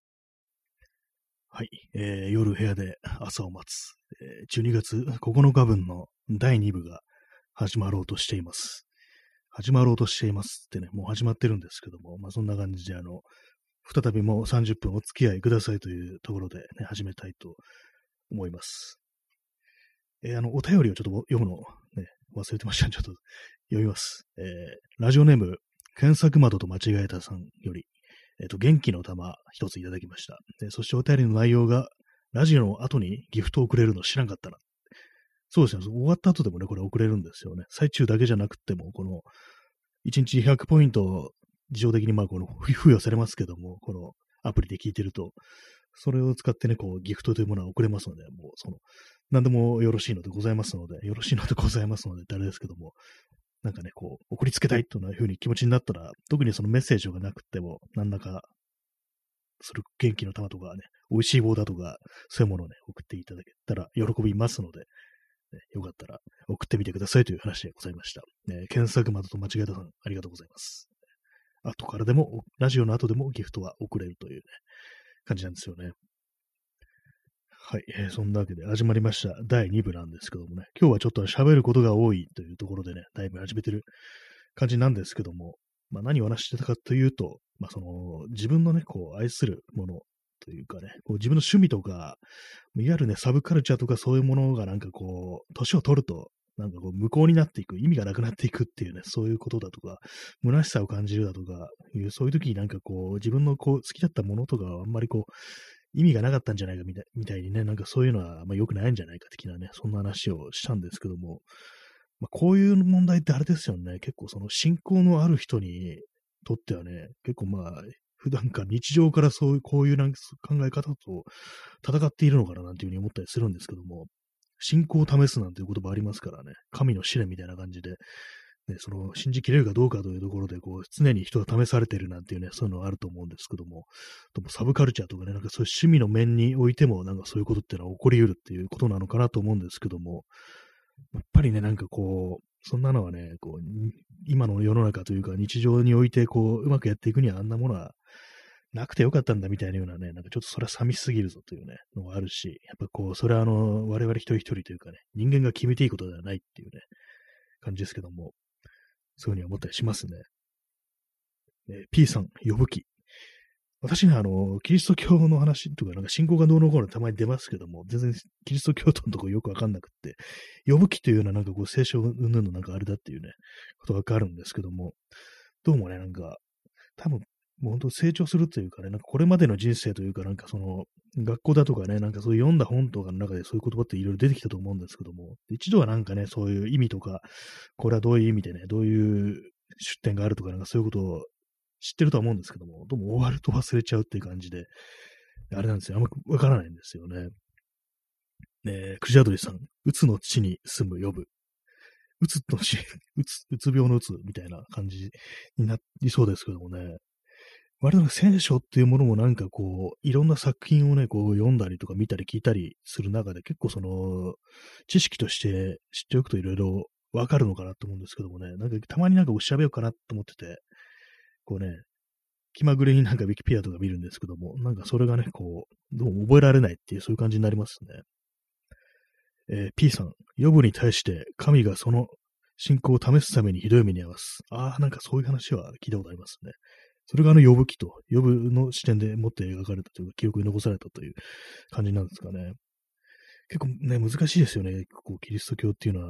はい、夜部屋で朝を待つ、12月9日分の第2部が始まろうとしています。始まろうとしていますってね、もう始まってるんですけども、まあそんな感じで再びもう30分お付き合いくださいというところでね、始めたいと思います。お便りをちょっと読むのをね、忘れてました。ちょっと読みます。ラジオネーム、検索窓と間違えたさんより、元気の玉一ついただきました。そしてお便りの内容が、ラジオの後にギフトをくれるの知らんかったな。そうですね。終わった後でもね、これ送れるんですよね。最中だけじゃなくても、この、1日100ポイント、自動的にこの、付与されますけども、このアプリで聞いてると、それを使ってね、ギフトというものは送れますので、もう、何でもよろしいのでございますので、よろしいのでございますので、誰ですけども、なんかね、送りつけたいというふうに気持ちになったら、特にそのメッセージがなくても、何らか、元気の玉とかね、美味しい棒だとか、そういうものをね、送っていただけたら喜びますので、ね、よかったら送ってみてくださいという話でございました。検索窓と間違えたさん、ありがとうございます。後からでも、ラジオの後でもギフトは送れるというね、感じなんですよね。はい、そんなわけで始まりました第2部なんですけどもね、今日はちょっと喋ることが多いというところでね、だいぶ始めてる感じなんですけども、何を話してたかというと、自分のね、愛するものというかね、自分の趣味とか、いわゆるね、サブカルチャーとかそういうものが年を取ると、無効になっていく、意味がなくなっていくっていうね、そういうことだとか、虚しさを感じるだとか、そういう時に自分の好きだったものとかはあんまり意味がなかったんじゃないかみたいにね、そういうのはあんま良くないんじゃないか的なね、そんな話をしたんですけども、こういう問題ってあれですよね。結構信仰のある人にとってはね、結構普段から日常からこういう考え方と戦っているのかななんていうふうに思ったりするんですけども、信仰を試すなんていう言葉ありますからね、神の試練みたいな感じで、ね、信じきれるかどうかというところで、常に人が試されているなんていうね、そういうのがあると思うんですけども、サブカルチャーとかね、そういう趣味の面においても、そういうことってのは起こり得るっていうことなのかなと思うんですけども、やっぱりね、そんなのはね、今の世の中というか日常において、うまくやっていくにはあんなものはなくてよかったんだみたいなようなね、ちょっとそれは寂しすぎるぞというね、のがあるし、やっぱそれは我々一人一人というかね、人間が決めていいことではないっていうね、感じですけども、そういうふうに思ったりしますね。P さん、呼ぶ気。私ね、キリスト教の話とか、信仰がどうのこうのたまに出ますけども、全然キリスト教徒のとこよくわかんなくって、呼ぶ気というような聖書云々のあれだっていうね、ことがわかるんですけども、どうもね、多分、もう本当成長するというかね、これまでの人生というか、学校だとかね、そういう読んだ本とかの中でそういう言葉っていろいろ出てきたと思うんですけども、一度はね、そういう意味とか、これはどういう意味でね、どういう出典があるとか、そういうことを知ってるとは思うんですけども、どうも終わると忘れちゃうっていう感じで、あれなんですよ。あんまわからないんですよね。クジャドリさん、うつの地に住む呼ぶ。うつの地、うつ病のうつみたいな感じになりそうですけどもね。割と聖書っていうものもいろんな作品をね、読んだりとか見たり聞いたりする中で結構知識として知っておくといろいろわかるのかなと思うんですけどもね、たまに調べようかなと思ってて、気まぐれにウィキペディアとか見るんですけども、それがね、どうも覚えられないっていう、そういう感じになりますね。P さん、ヨブに対して神がその信仰を試すためにひどい目に遭わす。そういう話は聞いたことありますね。それが呼ぶ記と、呼ぶの視点でもって描かれたというか、記憶に残されたという感じなんですかね。結構ね、難しいですよね。キリスト教っていうのは、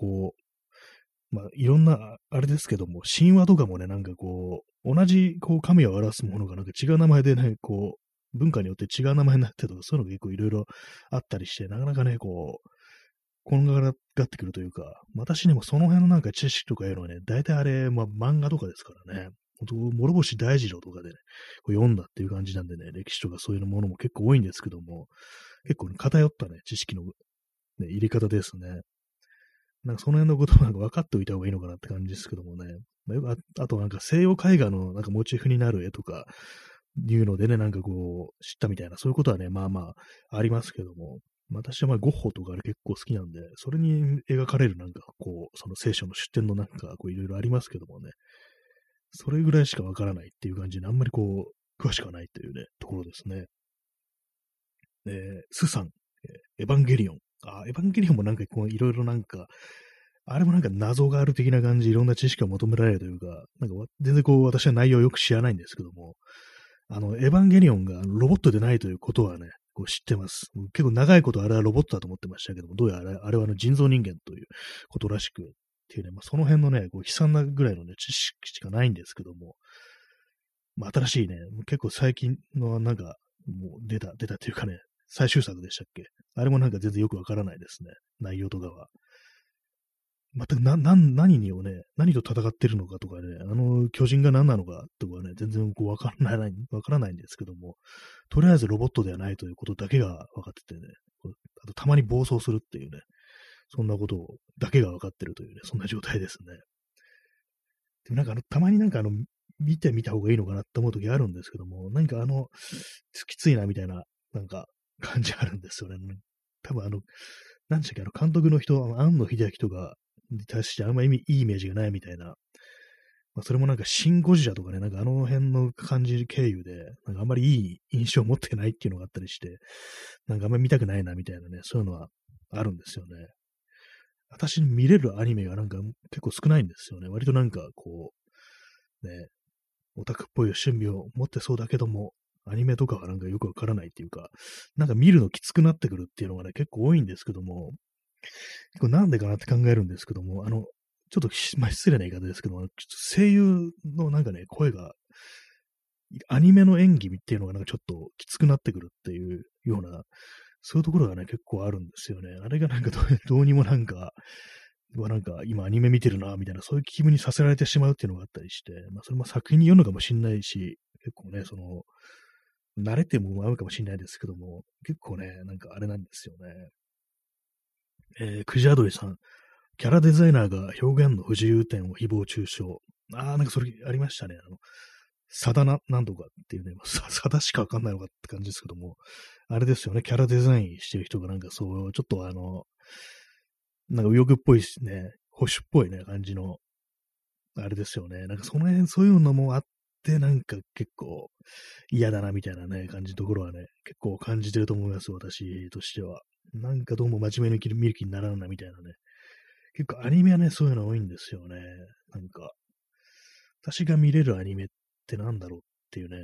いろんな、あれですけども、神話とかもね、同じ、神を表すものが違う名前でね、文化によって違う名前になってとか、そういうのが結構いろいろあったりして、なかなかね、こんがらがってくるというか、私にもその辺の知識とかいうのはね、大体あれ、漫画とかですからね、本当諸星大二郎とかでね、読んだっていう感じなんでね、歴史とかそういうものも結構多いんですけども、結構ね、偏ったね、知識の、ね、入れ方ですね。その辺のことも分かっておいた方がいいのかなって感じですけどもね。あと西洋絵画のモチーフになる絵とかいうのでね、知ったみたいな、そういうことはね、ありますけども、私はゴッホとか結構好きなんで、それに描かれるその聖書の出典のいろいろありますけどもね、それぐらいしかわからないっていう感じで、あんまり詳しくはないというね、ところですね。 スさん、エヴァンゲリオン。エヴァンゲリオンもなんかこういろいろなんか、あれもなんか謎がある的な感じ、いろんな知識が求められるというか、なんか全然こう私は内容をよく知らないんですけども、エヴァンゲリオンがロボットでないということはね、こう知ってます。結構長いことあれはロボットだと思ってましたけども、どうやらあれは人造人間ということらしく、っていうね、その辺のね、こう悲惨なぐらいのね、知識しかないんですけども、新しいね、結構最近のなんか、もう出たっていうかね、最終作でしたっけ？あれもなんか全然よくわからないですね。内容とかは。全く何をね、何と戦ってるのかとかね、巨人が何なのかとかね、全然こうわからないんですけども、とりあえずロボットではないということだけが分かっててね、あとたまに暴走するっていうね、そんなことだけが分かってるというね、そんな状態ですね。でもなんかたまになんか見てみた方がいいのかなって思う時あるんですけども、なんかきついなみたいな、なんか感じあるんですよね。多分何でしたっけ、監督の人、庵野秀明とかに対してあんまりいいイメージがないみたいな、それもなんかシン・ゴジラとかね、なんかあの辺の感じ経由で、なんかあんまりいい印象を持ってないっていうのがあったりして、なんかあんまり見たくないなみたいなね、そういうのはあるんですよね。私見れるアニメがなんか結構少ないんですよね。割となんかこう、ね、オタクっぽい趣味を持ってそうだけども、アニメとかはなんかよくわからないっていうか、なんか見るのきつくなってくるっていうのがね、結構多いんですけども、結構なんでかなって考えるんですけども、ちょっと失礼な言い方ですけども、ちょっと声優のなんかね、声が、アニメの演技っていうのがなんかちょっときつくなってくるっていうような、そういうところがね、結構あるんですよね。あれがなんかどうにもなんか、なんか今アニメ見てるな、みたいな、そういう気分にさせられてしまうっていうのがあったりして、それも作品によるのかもしんないし、結構ね、慣れても合うかもしんないですけども、結構ね、なんかあれなんですよね。クジアドリさん、キャラデザイナーが表現の不自由点を誹謗中傷。なんかそれありましたね。サダなんとかっていうね、サダしかわかんないのかって感じですけども、あれですよね、キャラデザインしてる人がなんかそう、ちょっとなんか右翼っぽいですね、保守っぽいね、感じの、あれですよね。なんかその辺、そういうのもあって、なんか結構嫌だなみたいなね、感じのところはね、結構感じてると思います、私としては。なんかどうも真面目に見る気にならんなみたいなね。結構アニメはね、そういうの多いんですよね。なんか、私が見れるアニメってなんだろうっていうね、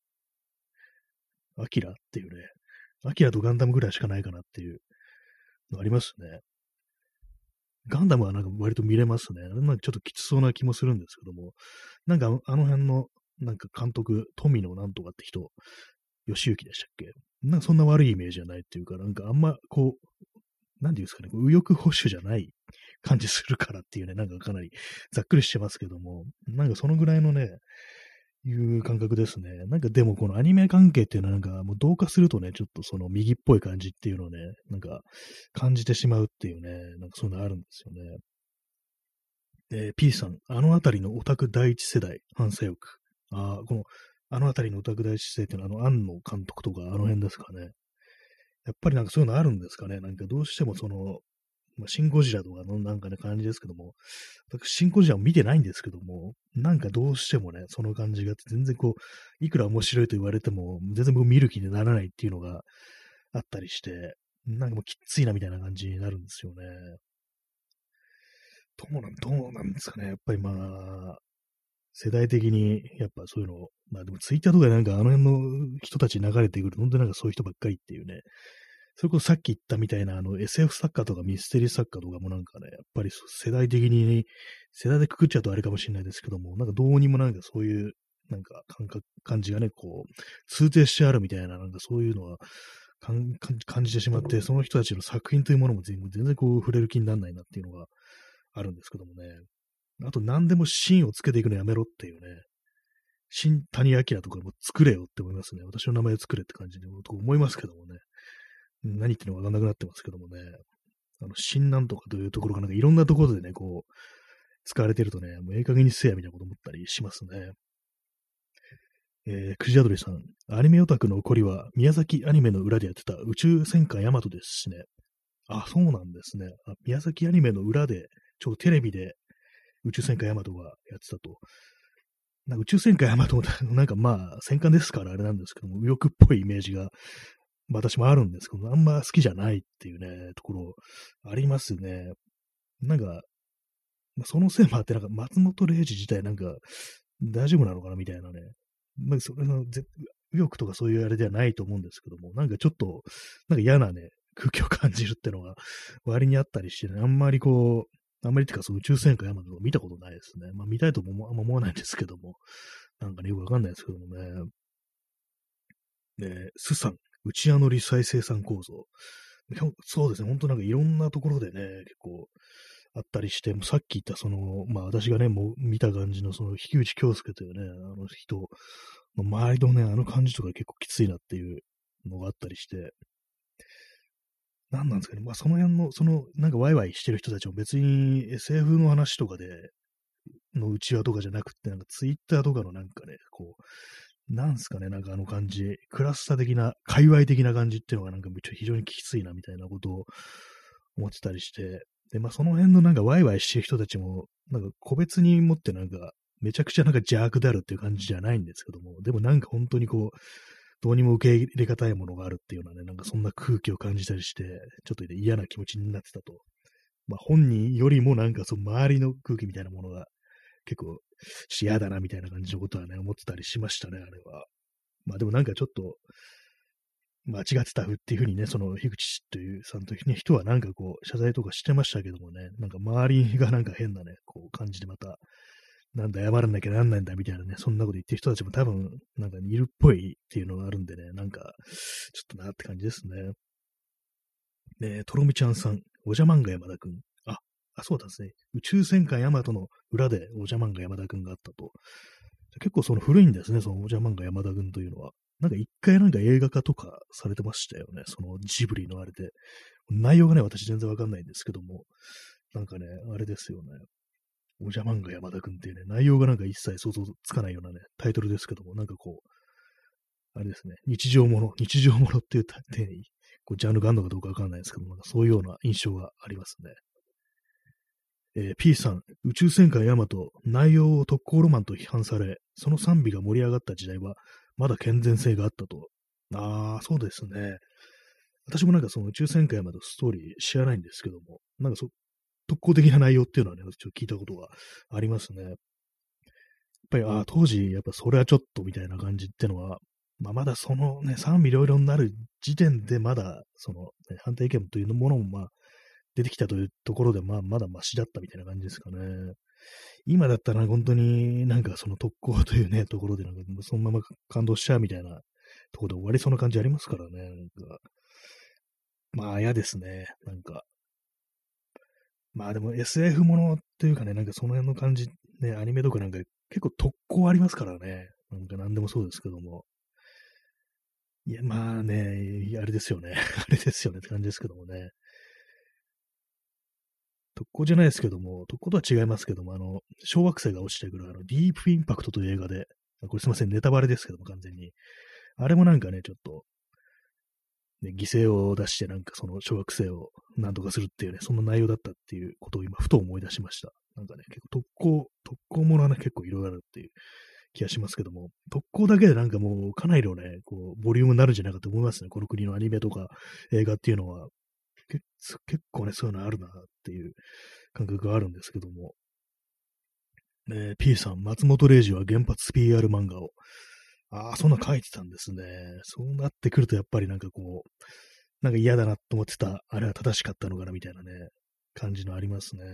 アキラっていうね、アキラとガンダムぐらいしかないかなっていうのありますね。ガンダムはなんか割と見れますね。なんかちょっときつそうな気もするんですけども、なんかあの辺の、なんか監督、富野なんとかって人、吉行でしたっけ？なんかそんな悪いイメージじゃないっていうか、なんかあんまこう、なんていうんですかね、右翼保守じゃない感じするからっていうね、なんかかなりざっくりしてますけども、なんかそのぐらいのね、いう感覚ですね。なんかでもこのアニメ関係っていうのはなんかもう同化するとね、ちょっとその右っぽい感じっていうのをね、なんか感じてしまうっていうね、なんかそういうのあるんですよね。P さん、あのあたりのオタク第一世代、反省欲。あのあたりのオタク第一世代っていうのは、庵野監督とかあの辺ですかね。やっぱりなんかそういうのあるんですかね。なんかどうしてもシン・ゴジラとかのなんかね、感じですけども、私、シン・ゴジラを見てないんですけども、なんかどうしてもね、その感じがあって、全然こう、いくら面白いと言われても、全然僕見る気にならないっていうのがあったりして、なんかもうきついなみたいな感じになるんですよね。どうなんですかね。やっぱり世代的に、やっぱそういうの、でもツイッターとかでなんかあの辺の人たち流れてくると、本当になんかそういう人ばっかりっていうね、それこそさっき言ったみたいなSF 作家とかミステリー作家とかもなんかね、やっぱり世代的に、世代でくくっちゃうとあれかもしれないですけども、なんかどうにもなんかそういう、なんか感じがね、こう、通底してあるみたいな、なんかそういうのは感じてしまって、その人たちの作品というものも全然こう触れる気にならないなっていうのがあるんですけどもね。あと何でも芯をつけていくのやめろっていうね。新谷明とかも作れよって思いますね。私の名前を作れって感じで思いますけどもね。何言ってるのかわかんなくなってますけどもね。新なんとかというところがなんかいろんなところでね、こう、使われてるとね、もういい加減にせやみたいなこと思ったりしますね。クジアドリさん、アニメオタクの怒りは宮崎アニメの裏でやってた宇宙戦艦ヤマトですしね。そうなんですね。宮崎アニメの裏で、ちょうどテレビで宇宙戦艦ヤマトがやってたと。なんか宇宙戦艦ヤマトもなんか戦艦ですからあれなんですけども、右翼っぽいイメージが私もあるんですけど、あんま好きじゃないっていうね、ところありますね。なんか、そのせいもあって、なんか松本零士自体なんか大丈夫なのかなみたいなね。それの右翼とかそういうあれではないと思うんですけども、なんかちょっと、なんか嫌なね、空気を感じるってのが割にあったりしてね、あんまりこう、あんまりっていうか、その宇宙戦艦ヤマトを見たことないですね。まあ見たいともあんま思わないんですけども、なんかね、よくわかんないですけどもね。スさん、内輪乗り再生産構造。そうですね、ほんとなんかいろんなところでね、結構あったりして、もうさっき言ったその、まあ私がね、もう見た感じのその、樋口京介というね、あの人の周りのね、あの感じとか結構きついなっていうのがあったりして、なんなんですかね、まあその辺の、その、なんかワイワイしてる人たちも別に SF の話とかで、の内輪とかじゃなくて、なんかツイッターとかのなんかね、こう、なんすかね、なんかあの感じ、クラスター的な、界隈的な感じっていうのがなんか非常にきついなみたいなことを思ってたりして、で、まあその辺のなんかワイワイしてる人たちも、なんか個別に持ってなんか、めちゃくちゃなんか邪悪であるっていう感じじゃないんですけども、でもなんか本当にこう、どうにも受け入れがたいものがあるっていうようなね、なんかそんな空気を感じたりして、ちょっと嫌な気持ちになってたと。まあ本人よりもなんかその周りの空気みたいなものが結構嫌だなみたいな感じのことはね、思ってたりしましたね、あれは。まあでもなんかちょっと間違ってたっていうふうにね、その樋口というさんというね、人はなんかこう謝罪とかしてましたけどもね、なんか周りがなんか変なね、こう感じでまた、なんだ謝らなきゃなんないんだみたいなね、そんなこと言ってる人たちも多分なんかいるっぽいっていうのがあるんでね、なんかちょっとなって感じですね。で、とろみちゃんさん、おじゃまんが山田くん。そうですね。宇宙戦艦ヤマトの裏でおじゃまんが山田くんがあったと。結構その古いんですね、そのおじゃまんが山田くんというのは。なんか一回なんか映画化とかされてましたよね、そのジブリのあれで。内容がね、私全然わかんないんですけども、なんかね、あれですよね。おじゃまんが山田くんっていうね、内容がなんか一切想像つかないようなね、タイトルですけども、なんかこう、あれですね、日常ものっていう手に、こうジャンルがあるのかどうかわかんないですけども、なんかそういうような印象がありますね。P さん、宇宙戦艦ヤマト、内容を特攻ロマンと批判され、その賛美が盛り上がった時代は、まだ健全性があったと。そうですね。私もなんかその宇宙戦艦ヤマトストーリー知らないんですけども、なんか特攻的な内容っていうのはね、ちょっと聞いたことがありますね。やっぱり、当時、やっぱそれはちょっとみたいな感じってのは、まあ、まだそのね、賛否両論になる時点で、まだ、その、ね、反対意見というものも、まあ、出てきたというところで、まあ、まだマシだったみたいな感じですかね。今だったら本当になんかその特攻というね、ところでなんかそのまま感動しちゃうみたいなところで終わりそうな感じありますからね。なんかまあ嫌ですね。なんか。まあでも SF ものっていうかね、なんかその辺の感じ、ね、アニメとかなんか結構特攻ありますからね。なんか何でもそうですけども。いや、まあね、あれですよね。あれですよねって感じですけどもね。特攻じゃないですけども、特攻とは違いますけども、小惑星が落ちてくるディープインパクトという映画で、これすいません、ネタバレですけども、完全に。あれもなんかね、ちょっと、ね、犠牲を出してなんかその小学生を何とかするっていうね、そんな内容だったっていうことを今、ふと思い出しました。なんかね、結構特攻ものはね、結構いろいろあるっていう気がしますけども、特攻だけでなんかもうかなりのね、こう、ボリュームになるんじゃないかと思いますね。この国のアニメとか映画っていうのは。結構ね、そういうのあるなっていう感覚があるんですけども。P さん、松本零士は原発 PR 漫画を。そんな書いてたんですね。そうなってくると、やっぱりなんかこう、なんか嫌だなと思ってた、あれは正しかったのかなみたいなね、感じのありますね。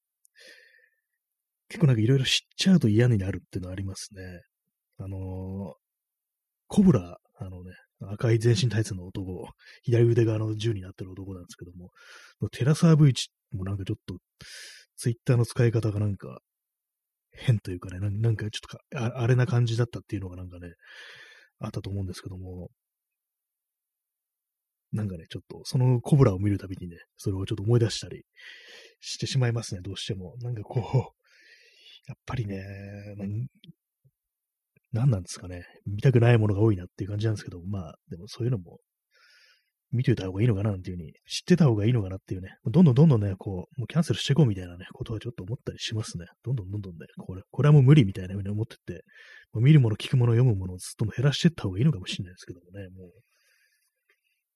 結構なんかいろいろ知っちゃうと嫌になるっていうのはありますね。あのーコブラ、赤い全身タイツの男、左腕が銃になってる男なんですけども、テラサー V1 もなんかちょっと、ツイッターの使い方がなんか変というかね、なんかちょっとあれな感じだったっていうのがなんかね、あったと思うんですけども、なんかね、ちょっとそのコブラを見るたびにね、それをちょっと思い出したりしてしまいますね、どうしても。なんかこう、やっぱりね、なんなんですかね、見たくないものが多いなっていう感じなんですけど、まあ、でもそういうのも見ておいた方がいいのかななんていうふうに、知ってた方がいいのかなっていうね、どんどんね、こう、もうキャンセルしていこうみたいなね、ことはちょっと思ったりしますね。どんどんね、これはもう無理みたいなふうに思ってて、もう見るもの、聞くもの、読むものをずっと減らしていった方がいいのかもしれないですけどもね、もう。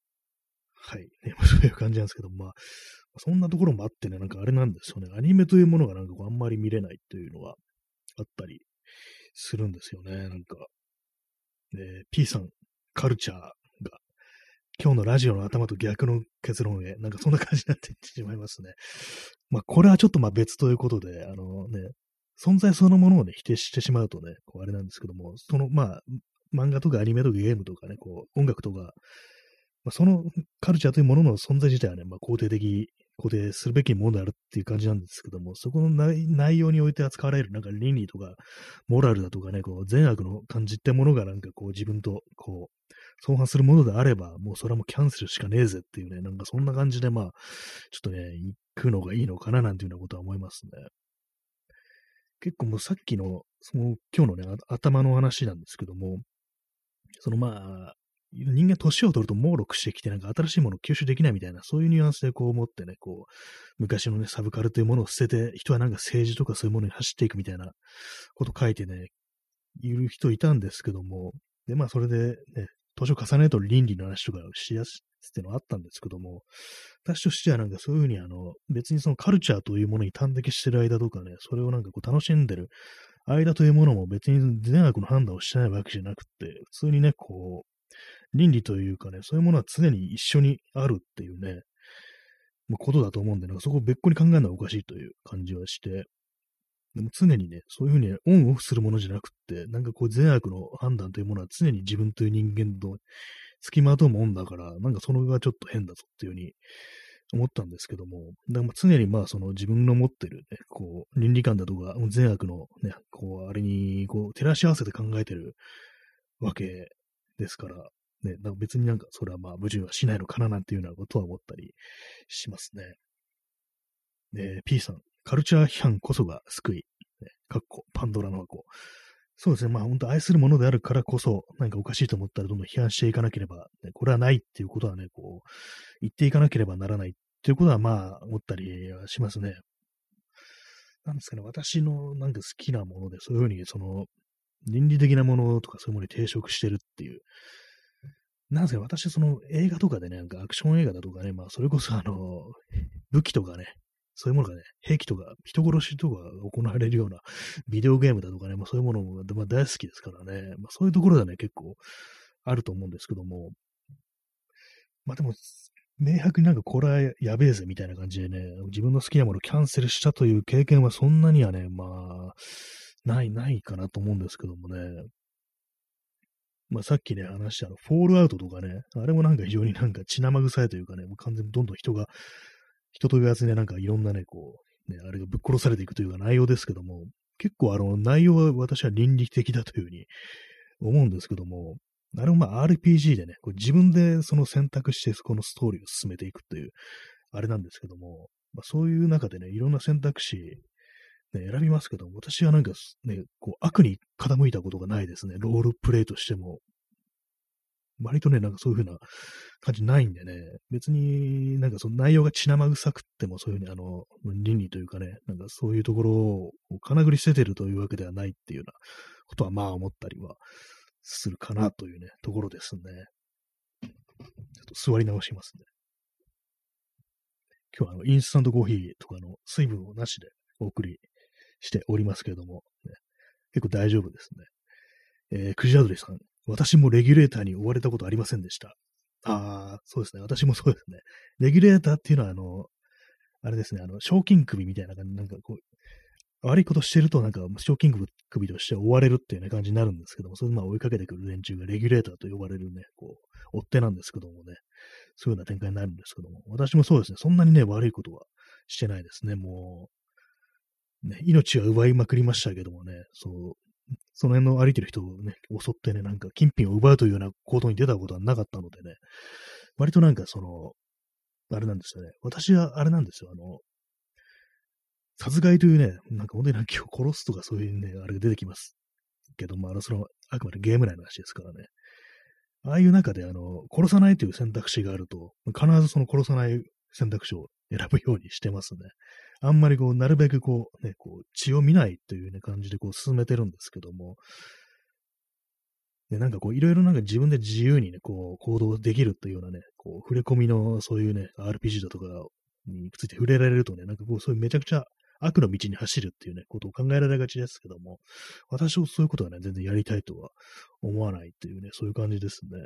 はい。ね、そういう感じなんですけど、まあ、そんなところもあってね、なんかあれなんですよね。アニメというものがなんかこうあんまり見れないというのがあったりするんですよね。なんか、P さん、カルチャーが今日のラジオの頭と逆の結論へ、なんかそんな感じになっていってしまいますね。まあ、これはちょっとまあ別ということで、存在そのものをね、否定してしまうとね、こうあれなんですけども、まあ、漫画とかアニメとかゲームとかね、こう、音楽とか、まあ、そのカルチャーというものの存在自体はね、まあ、肯定するべきものであるっていう感じなんですけども、そこの内容において扱われるなんか倫理とか、モラルだとかね、こう、善悪の感じってものがなんかこう自分とこう、相反するものであれば、もうそれはもうキャンセルしかねえぜっていうね、なんかそんな感じでまあ、ちょっとね、行くのがいいのかななんていうようなことは思いますね。結構もうさっきの、今日のね、頭の話なんですけども、まあ、人間年を取ると猛録してきて、なんか新しいものを吸収できないみたいな、そういうニュアンスでこう思ってね、こう、昔のね、サブカルというものを捨てて、人はなんか政治とかそういうものに走っていくみたいなこと書いてね、いる人いたんですけども、で、まあ、それでね、年を重ねると倫理の話とかをしやすっていうのはあったんですけども、私としてはなんかそういうふうに別にそのカルチャーというものに端的してる間とかね、それをなんかこう楽しんでる間というものも別に善悪の判断をしてないわけじゃなくて、普通にね、こう、倫理というかね、そういうものは常に一緒にあるっていうね、もうことだと思うんで、なんかそこを別個に考えるのはおかしいという感じはして、でも常にね、そういうふうにオンオフするものじゃなくって、なんかこう善悪の判断というものは常に自分という人間と付きまとうもんだから、なんかそのがちょっと変だぞっていうふうに思ったんですけども、だからまあ常にまあその自分の持ってるね、こう倫理観だとか善悪のね、こうあれにこう照らし合わせて考えてるわけですから、ね、なんか別になんかそれはまあ矛盾はしないのかななんていうようなことは思ったりしますね。P さん、カルチャー批判こそが救い。かっこ、パンドラの箱。そうですね。まあ本当愛するものであるからこそ、何かおかしいと思ったらどんどん批判していかなければ、ね、これはないっていうことはね、こう、言っていかなければならないっていうことはまあ思ったりはしますね。なんですかね、私のなんか好きなもので、そういうふうに倫理的なものとかそういうものに抵触してるっていう、なんですかね、私映画とかでね、なんかアクション映画だとかね、まあそれこそ武器とかね、そういうものがね、兵器とか人殺しとかが行われるようなビデオゲームだとかね、まあそういうものも、まあ、大好きですからね、まあそういうところでね、結構あると思うんですけども、まあでも、明白になんかこれはやべえぜみたいな感じでね、自分の好きなものをキャンセルしたという経験はそんなにはね、まあ、ないかなと思うんですけどもね。まあさっきね、話したフォールアウトとかね、あれもなんか非常になんか血生臭いというかね、もう完全にどんどん人と言わずね、なんかいろんなね、こう、ね、あれがぶっ殺されていくというか内容ですけども、結構内容は私は倫理的だというふうに思うんですけども、あれもまあ RPG でね、こう自分でその選択してこのストーリーを進めていくという、あれなんですけども、まあ、そういう中でね、いろんな選択肢、ね、選びますけど、私はなんかね、こう悪に傾いたことがないですね。ロールプレイとしても。割とね、なんかそういう風な感じないんでね、別になんかその内容が血生臭くってもそういう風に倫理というかね、なんかそういうところをかなぐり捨ててるというわけではないっていうようなことはまあ思ったりはするかなというね、ところですね。ちょっと座り直しますね。今日はインスタントコーヒーとかの水分をなしでお送りしておりますけれども、ね、結構大丈夫ですね。クジラドリさん、私もレギュレーターに追われたことありませんでした。ああ、そうですね。私もそうですね。レギュレーターっていうのは、あれですね、賞金首みたいな感じ、なんかこう、悪いことしてると、なんか、賞金首として追われるっていうね、感じになるんですけども、それでまあ追いかけてくる連中がレギュレーターと呼ばれるね、こう、追っ手なんですけどもね、そういうような展開になるんですけども、私もそうですね、そんなにね、悪いことはしてないですね、もう、ね、命は奪いまくりましたけどもね、その辺の歩いてる人をね、襲ってね、なんか金品を奪うというような行動に出たことはなかったのでね、割となんかあれなんですよね。私はあれなんですよ。殺害というね、なんか本当になんか今日殺すとかそういうね、あれが出てきますけども、あくまでゲーム内の話ですからね。ああいう中で殺さないという選択肢があると、必ずその殺さない選択肢を選ぶようにしてますね。あんまりこう、なるべくこう、ね、こう、血を見ないというね、感じでこう進めてるんですけども、 で、なんかこう、いろいろなんか自分で自由にね、こう、行動できるというようなね、こう、触れ込みの、そういうね、RPG だとかについて触れられるとね、なんかこう、そういうめちゃくちゃ悪の道に走るっていうね、ことを考えられがちですけども、私はそういうことはね、全然やりたいとは思わないっていうね、そういう感じですね。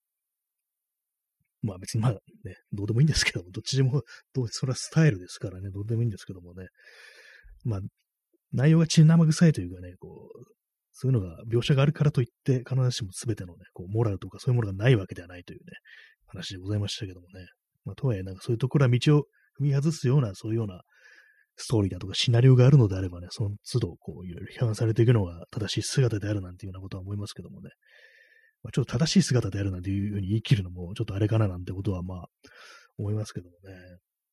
まあ別にまあね、どうでもいいんですけども、どっちでも、それはスタイルですからね、どうでもいいんですけどもね。まあ、内容が血生臭いというかね、こう、そういうのが、描写があるからといって、必ずしも全てのね、こう、モラルとかそういうものがないわけではないというね、話でございましたけどもね。まあ、とはいえ、なんかそういうところは道を踏み外すような、そういうようなストーリーだとかシナリオがあるのであればね、その都度、こう、いろいろ批判されていくのが正しい姿であるなんていうようなことは思いますけどもね。まあ、ちょっと正しい姿であるなんていうふうに言い切るのも、ちょっとあれかななんてことは、まあ、思いますけどもね。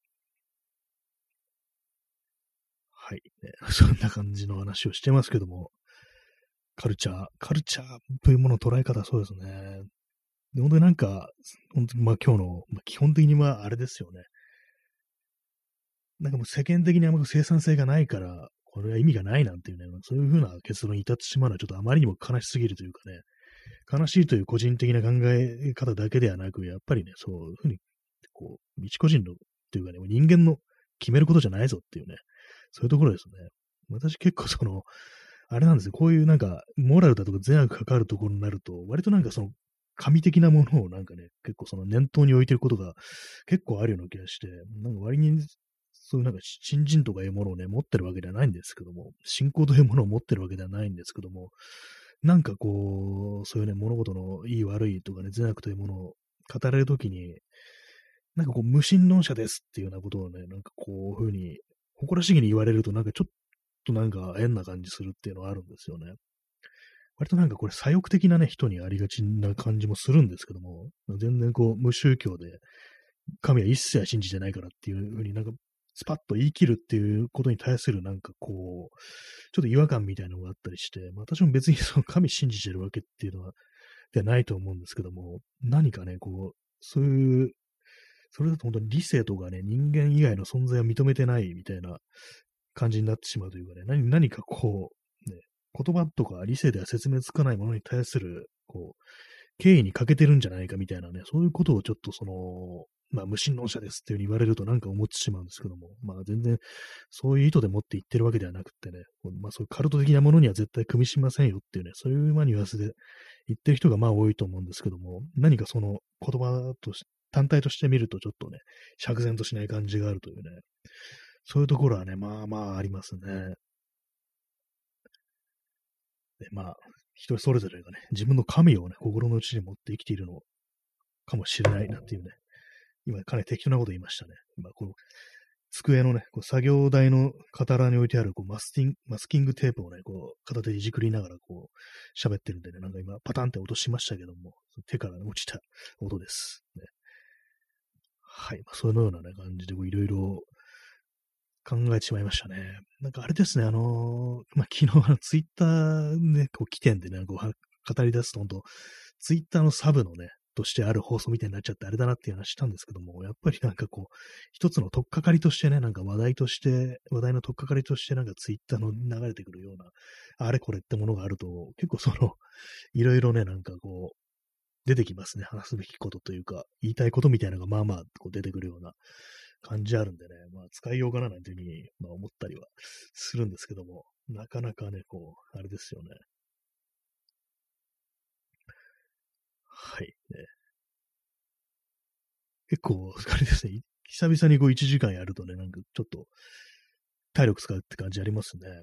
はい。ね、そんな感じの話をしてますけども、カルチャーというものの捉え方、そうですね。で、本当になんか、本当にまあ今日の、まあ、基本的にはあれですよね。なんかもう世間的にあんま生産性がないから、これは意味がないなんていうね、そういうふうな結論に至ってしまうのはちょっとあまりにも悲しすぎるというかね、悲しいという個人的な考え方だけではなく、やっぱりね、そういうふうに、こう、一個人の、っていうかね、人間の決めることじゃないぞっていうね、そういうところですね。私結構その、あれなんですよ。こういうなんか、モラルだとか善悪関わるところになると、割となんかその、神的なものをなんかね、結構その念頭に置いてることが結構あるような気がして、なんか割に、そういうなんか信心とかいうものをね、持ってるわけではないんですけども、信仰というものを持ってるわけではないんですけども、なんかこう、そういうね、物事のいい悪いとかね、善悪というものを語られるときに、なんかこう、無神論者ですっていうようなことをね、なんかこういうふうに、誇らしげに言われると、なんかちょっとなんか変な感じするっていうのはあるんですよね。割となんかこれ左翼的なね、人にありがちな感じもするんですけども、全然こう、無宗教で、神は一切信じてないからっていうふうになんか、スパッと言い切るっていうことに対するなんかこう、ちょっと違和感みたいなのがあったりして、まあ私も別にその神信じてるわけっていうのは、ではないと思うんですけども、何かね、こう、そういう、それだと本当に理性とかね、人間以外の存在を認めてないみたいな感じになってしまうというかね、何かこう、ね、言葉とか理性では説明つかないものに対する、こう、敬意に欠けてるんじゃないかみたいなね、そういうことをちょっとその、まあ、無神論者ですっていうふうに言われるとなんか思ってしまうんですけども、まあ全然そういう意図でもって言ってるわけではなくってね、まあそういうカルト的なものには絶対組みしませんよっていうね、そういうまあニュアンスで言ってる人がまあ多いと思うんですけども、何かその言葉とし、単体として見るとちょっとね、釈然としない感じがあるというね、そういうところはね、まあまあありますね。で、まあ、人それぞれがね、自分の神をね、心の内に持って生きているのかもしれないなっていうね、今かなり適当なこと言いましたね。今、この机のね、こう作業台の傍らに置いてあるこうマスキングテープをね、こう片手でいじくりながらこう喋ってるんでね、なんか今パタンって音しましたけども、手から落ちた音です。ね、はい。まあ、そのようなね、感じでいろいろ考えてしまいましたね。なんかあれですね、まあ、昨日ツイッターで、こう、起点でね、こう、語り出すと、本当ツイッターのサブのね、としてある放送みたいになっちゃってあれだなっていう話したんですけども、やっぱりなんかこう、一つの取っかかりとしてね、なんか話題として、話題の取っかかりとしてなんかツイッターの流れてくるような、あれこれってものがあると、結構その、いろいろね、なんかこう、出てきますね。話すべきことというか、言いたいことみたいなのがまあまあこう出てくるような感じあるんでね、まあ使いようかななんていうふうに、まあ、思ったりはするんですけども、なかなかね、こう、あれですよね。はい。ね、結構、あれですね。久々にこう1時間やるとね、なんかちょっと体力使うって感じありますね。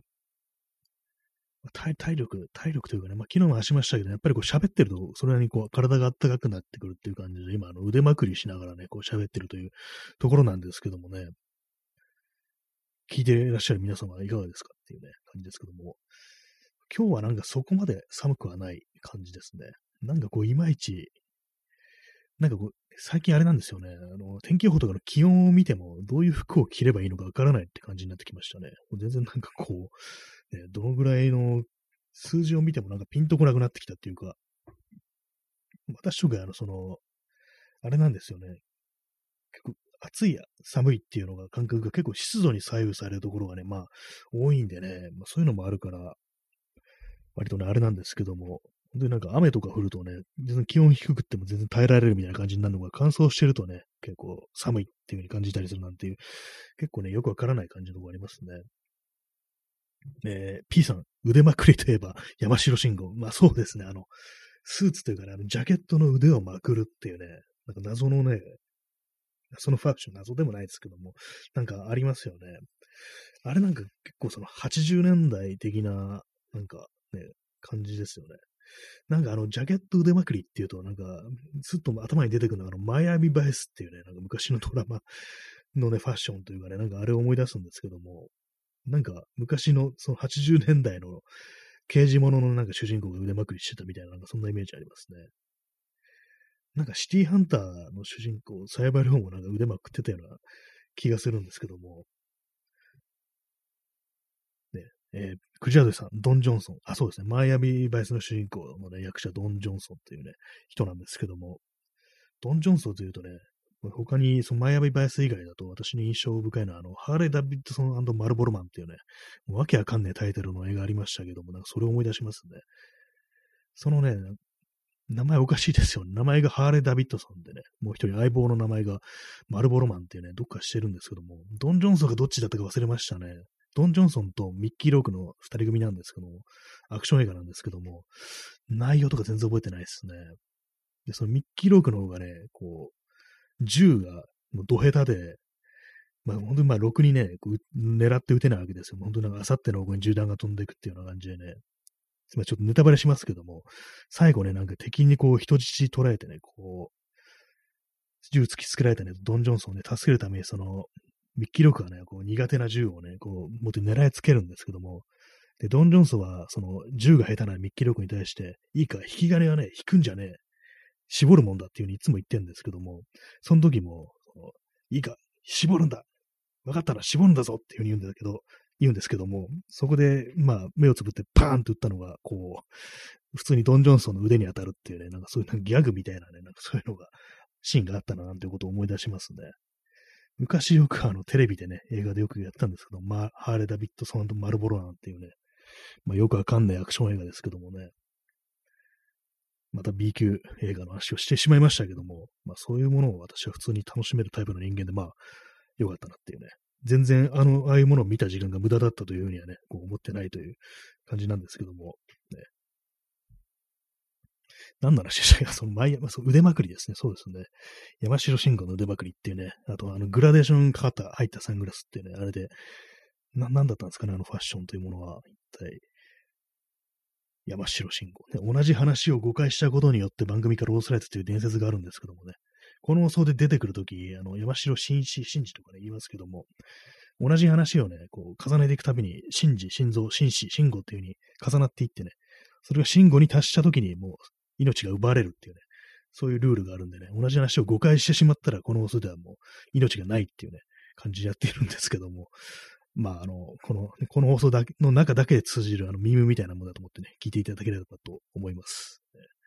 体力というかね、まあ、昨日も話しましたけど、やっぱりこう喋ってると、それなりにこう体が温かくなってくるっていう感じで、今腕まくりしながらね、こう喋ってるというところなんですけどもね、聞いていらっしゃる皆様はいかがですかっていうね、感じですけども、今日はなんかそこまで寒くはない感じですね。なんかこう、いまいち、なんかこう、最近あれなんですよね。天気予報とかの気温を見ても、どういう服を着ればいいのかわからないって感じになってきましたね。全然なんかこう、ね、どのぐらいの数字を見てもなんかピンとこなくなってきたっていうか、私とか、あれなんですよね。結構暑いや寒いっていうのが感覚が結構湿度に左右されるところがね、まあ多いんでね、まあ、そういうのもあるから、割とね、あれなんですけども、 本当になんか雨とか降るとね、全然気温低くっても全然耐えられるみたいな感じになるのが、乾燥してるとね、結構寒いっていう風に感じたりするなんていう、結構ね、よくわからない感じのとこありますね。P さん、腕まくりといえば山城信号。まあそうですね、スーツというかね、ジャケットの腕をまくるっていうね、なんか謎のね、そのファッション、謎でもないですけども、なんかありますよね。あれなんか結構その80年代的な、なんかね、感じですよね。なんかジャケット腕まくりっていうと、なんか、ずっと頭に出てくるのが、マイアミバイスっていうね、なんか昔のドラマのね、ファッションというかね、なんかあれを思い出すんですけども、なんか昔のその80年代の刑事物のなんか主人公が腕まくりしてたみたいな、なんかそんなイメージありますね。なんかシティハンターの主人公、サイバーリョーもなんか腕まくってたような気がするんですけども、ね、クジャードさん、ドン・ジョンソン。あ、そうですね。マイアミバイスの主人公のね、役者、ドン・ジョンソンっていうね、人なんですけども、ドン・ジョンソンというとね、他に、そのマイアミバイス以外だと私に印象深いのは、ハーレー・ダビッドソンマルボルマンっていうね、もうわけわかんねえタイトルの映画ありましたけども、なんかそれを思い出しますね。そのね、名前おかしいですよね。名前がハーレー・ダビッドソンでね、もう一人相棒の名前がマルボロマンっていうね、どっかしてるんですけども、ドン・ジョンソンがどっちだったか忘れましたね。ドン・ジョンソンとミッキー・ロークの二人組なんですけども、アクション映画なんですけども、内容とか全然覚えてないですね。で、そのミッキー・ロークの方がね、こう、銃がもうド下手で、まあ本当にまあ、ろくにね、こう狙って撃てないわけですよ。本当になんか、あさっての方向に銃弾が飛んでいくっていうような感じでね。まあ、ちょっとネタバレしますけども、最後ね、なんか敵にこう人質捕らえてね、こう、銃突きつけられたね、ドン・ジョンソンをね、助けるために、その、ミッキー・ロークがね、こう苦手な銃をね、こう、もっと狙いつけるんですけども、で、ドン・ジョンソンは、その、銃が下手なミッキー・ロークに対して、いいか、引き金はね、引くんじゃねえ、絞るもんだっていうふうにいつも言ってるんですけども、その時も、いいか、絞るんだ、分かったら絞るんだぞっていうふうに言うんですけども、そこで、まあ、目をつぶってパーンと撃ったのが、こう、普通にドン・ジョンソンの腕に当たるっていうね、なんかそういうなんかギャグみたいなね、なんかそういうのが、シーンがあったな、なんていうことを思い出しますね。昔よくテレビでね、映画でよくやったんですけど、ハーレー・ダビッドソンとマルボロなんていうね、まあ、よくわかんないアクション映画ですけどもね、また B 級映画の話をしてしまいましたけども、まあそういうものを私は普通に楽しめるタイプの人間で、まあ、よかったなっていうね。全然、ああいうものを見た時間が無駄だったというふうにはね、こう思ってないという感じなんですけども、ね。何の話でしたっけそのそう腕まくりですね。そうですね。山城慎吾の腕まくりっていうね、あとグラデーションかかった入ったサングラスっていうね、あれで、なんだったんですかね、あのファッションというものは、一体。山城慎吾、ね。同じ話を誤解したことによって番組から降ろされたという伝説があるんですけどもね。この放送で出てくるとき、山城真司とかね、言いますけども、同じ話をね、こう、重ねていくたびに、真司、心臓、真司、慎吾っていう風に重なっていってね、それが慎吾に達したときに、もう、命が奪われるっていうね、そういうルールがあるんでね、同じ話を誤解してしまったら、この放送ではもう、命がないっていうね、感じでやっているんですけども、まあ、この放送の中だけで通じるミームみたいなものだと思ってね、聞いていただければと思います。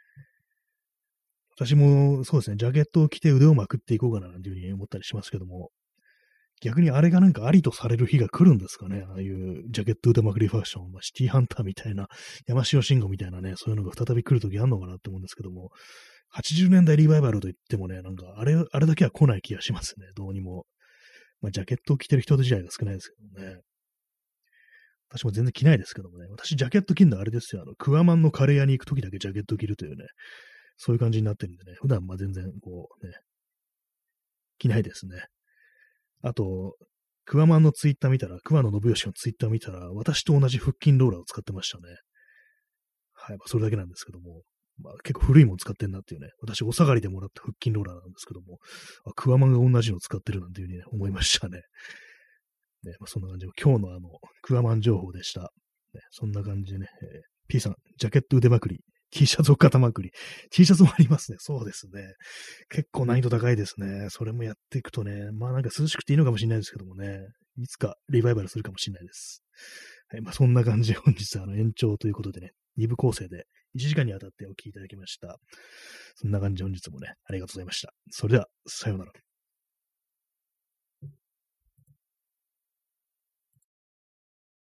私もそうですね、ジャケットを着て腕をまくっていこうかななんていうふうに思ったりしますけども、逆にあれがなんかありとされる日が来るんですかね、ああいうジャケット腕まくりファッション、シティハンターみたいな、山城慎吾みたいなね、そういうのが再び来るときあるのかなって思うんですけども、80年代リバイバルと言ってもね、なんかあれだけは来ない気がしますね、どうにも。まあ、ジャケットを着てる人自体が少ないですけどもね。私も全然着ないですけどもね。私、ジャケット着るのあれですよ。クワマンのカレー屋に行くときだけジャケット着るというね、そういう感じになってるんでね。普段、まあ全然、こうね、着ないですね。あと、クワマンのツイッター見たら、桑野信義のツイッター見たら、私と同じ腹筋ローラーを使ってましたね。はい、まあ、それだけなんですけども。まあ、結構古いもの使ってんなっていうね。私、お下がりでもらった腹筋ローラーなんですけども、クワマンが同じの使ってるなんていうふうに、ね、思いましたね。ね、まあ、そんな感じで、今日のクワマン情報でした。ね、そんな感じでね、P さん、ジャケット腕まくり、T シャツを肩まくり、T シャツもありますね。そうですね。結構難易度高いですね。それもやっていくとね、まあなんか涼しくていいのかもしれないですけどもね、いつかリバイバルするかもしれないです。はい、まあそんな感じで本日は延長ということでね、2部構成で1時間にわたってお聞きいただきました。そんな感じで本日もね、ありがとうございました。それでは、さようなら。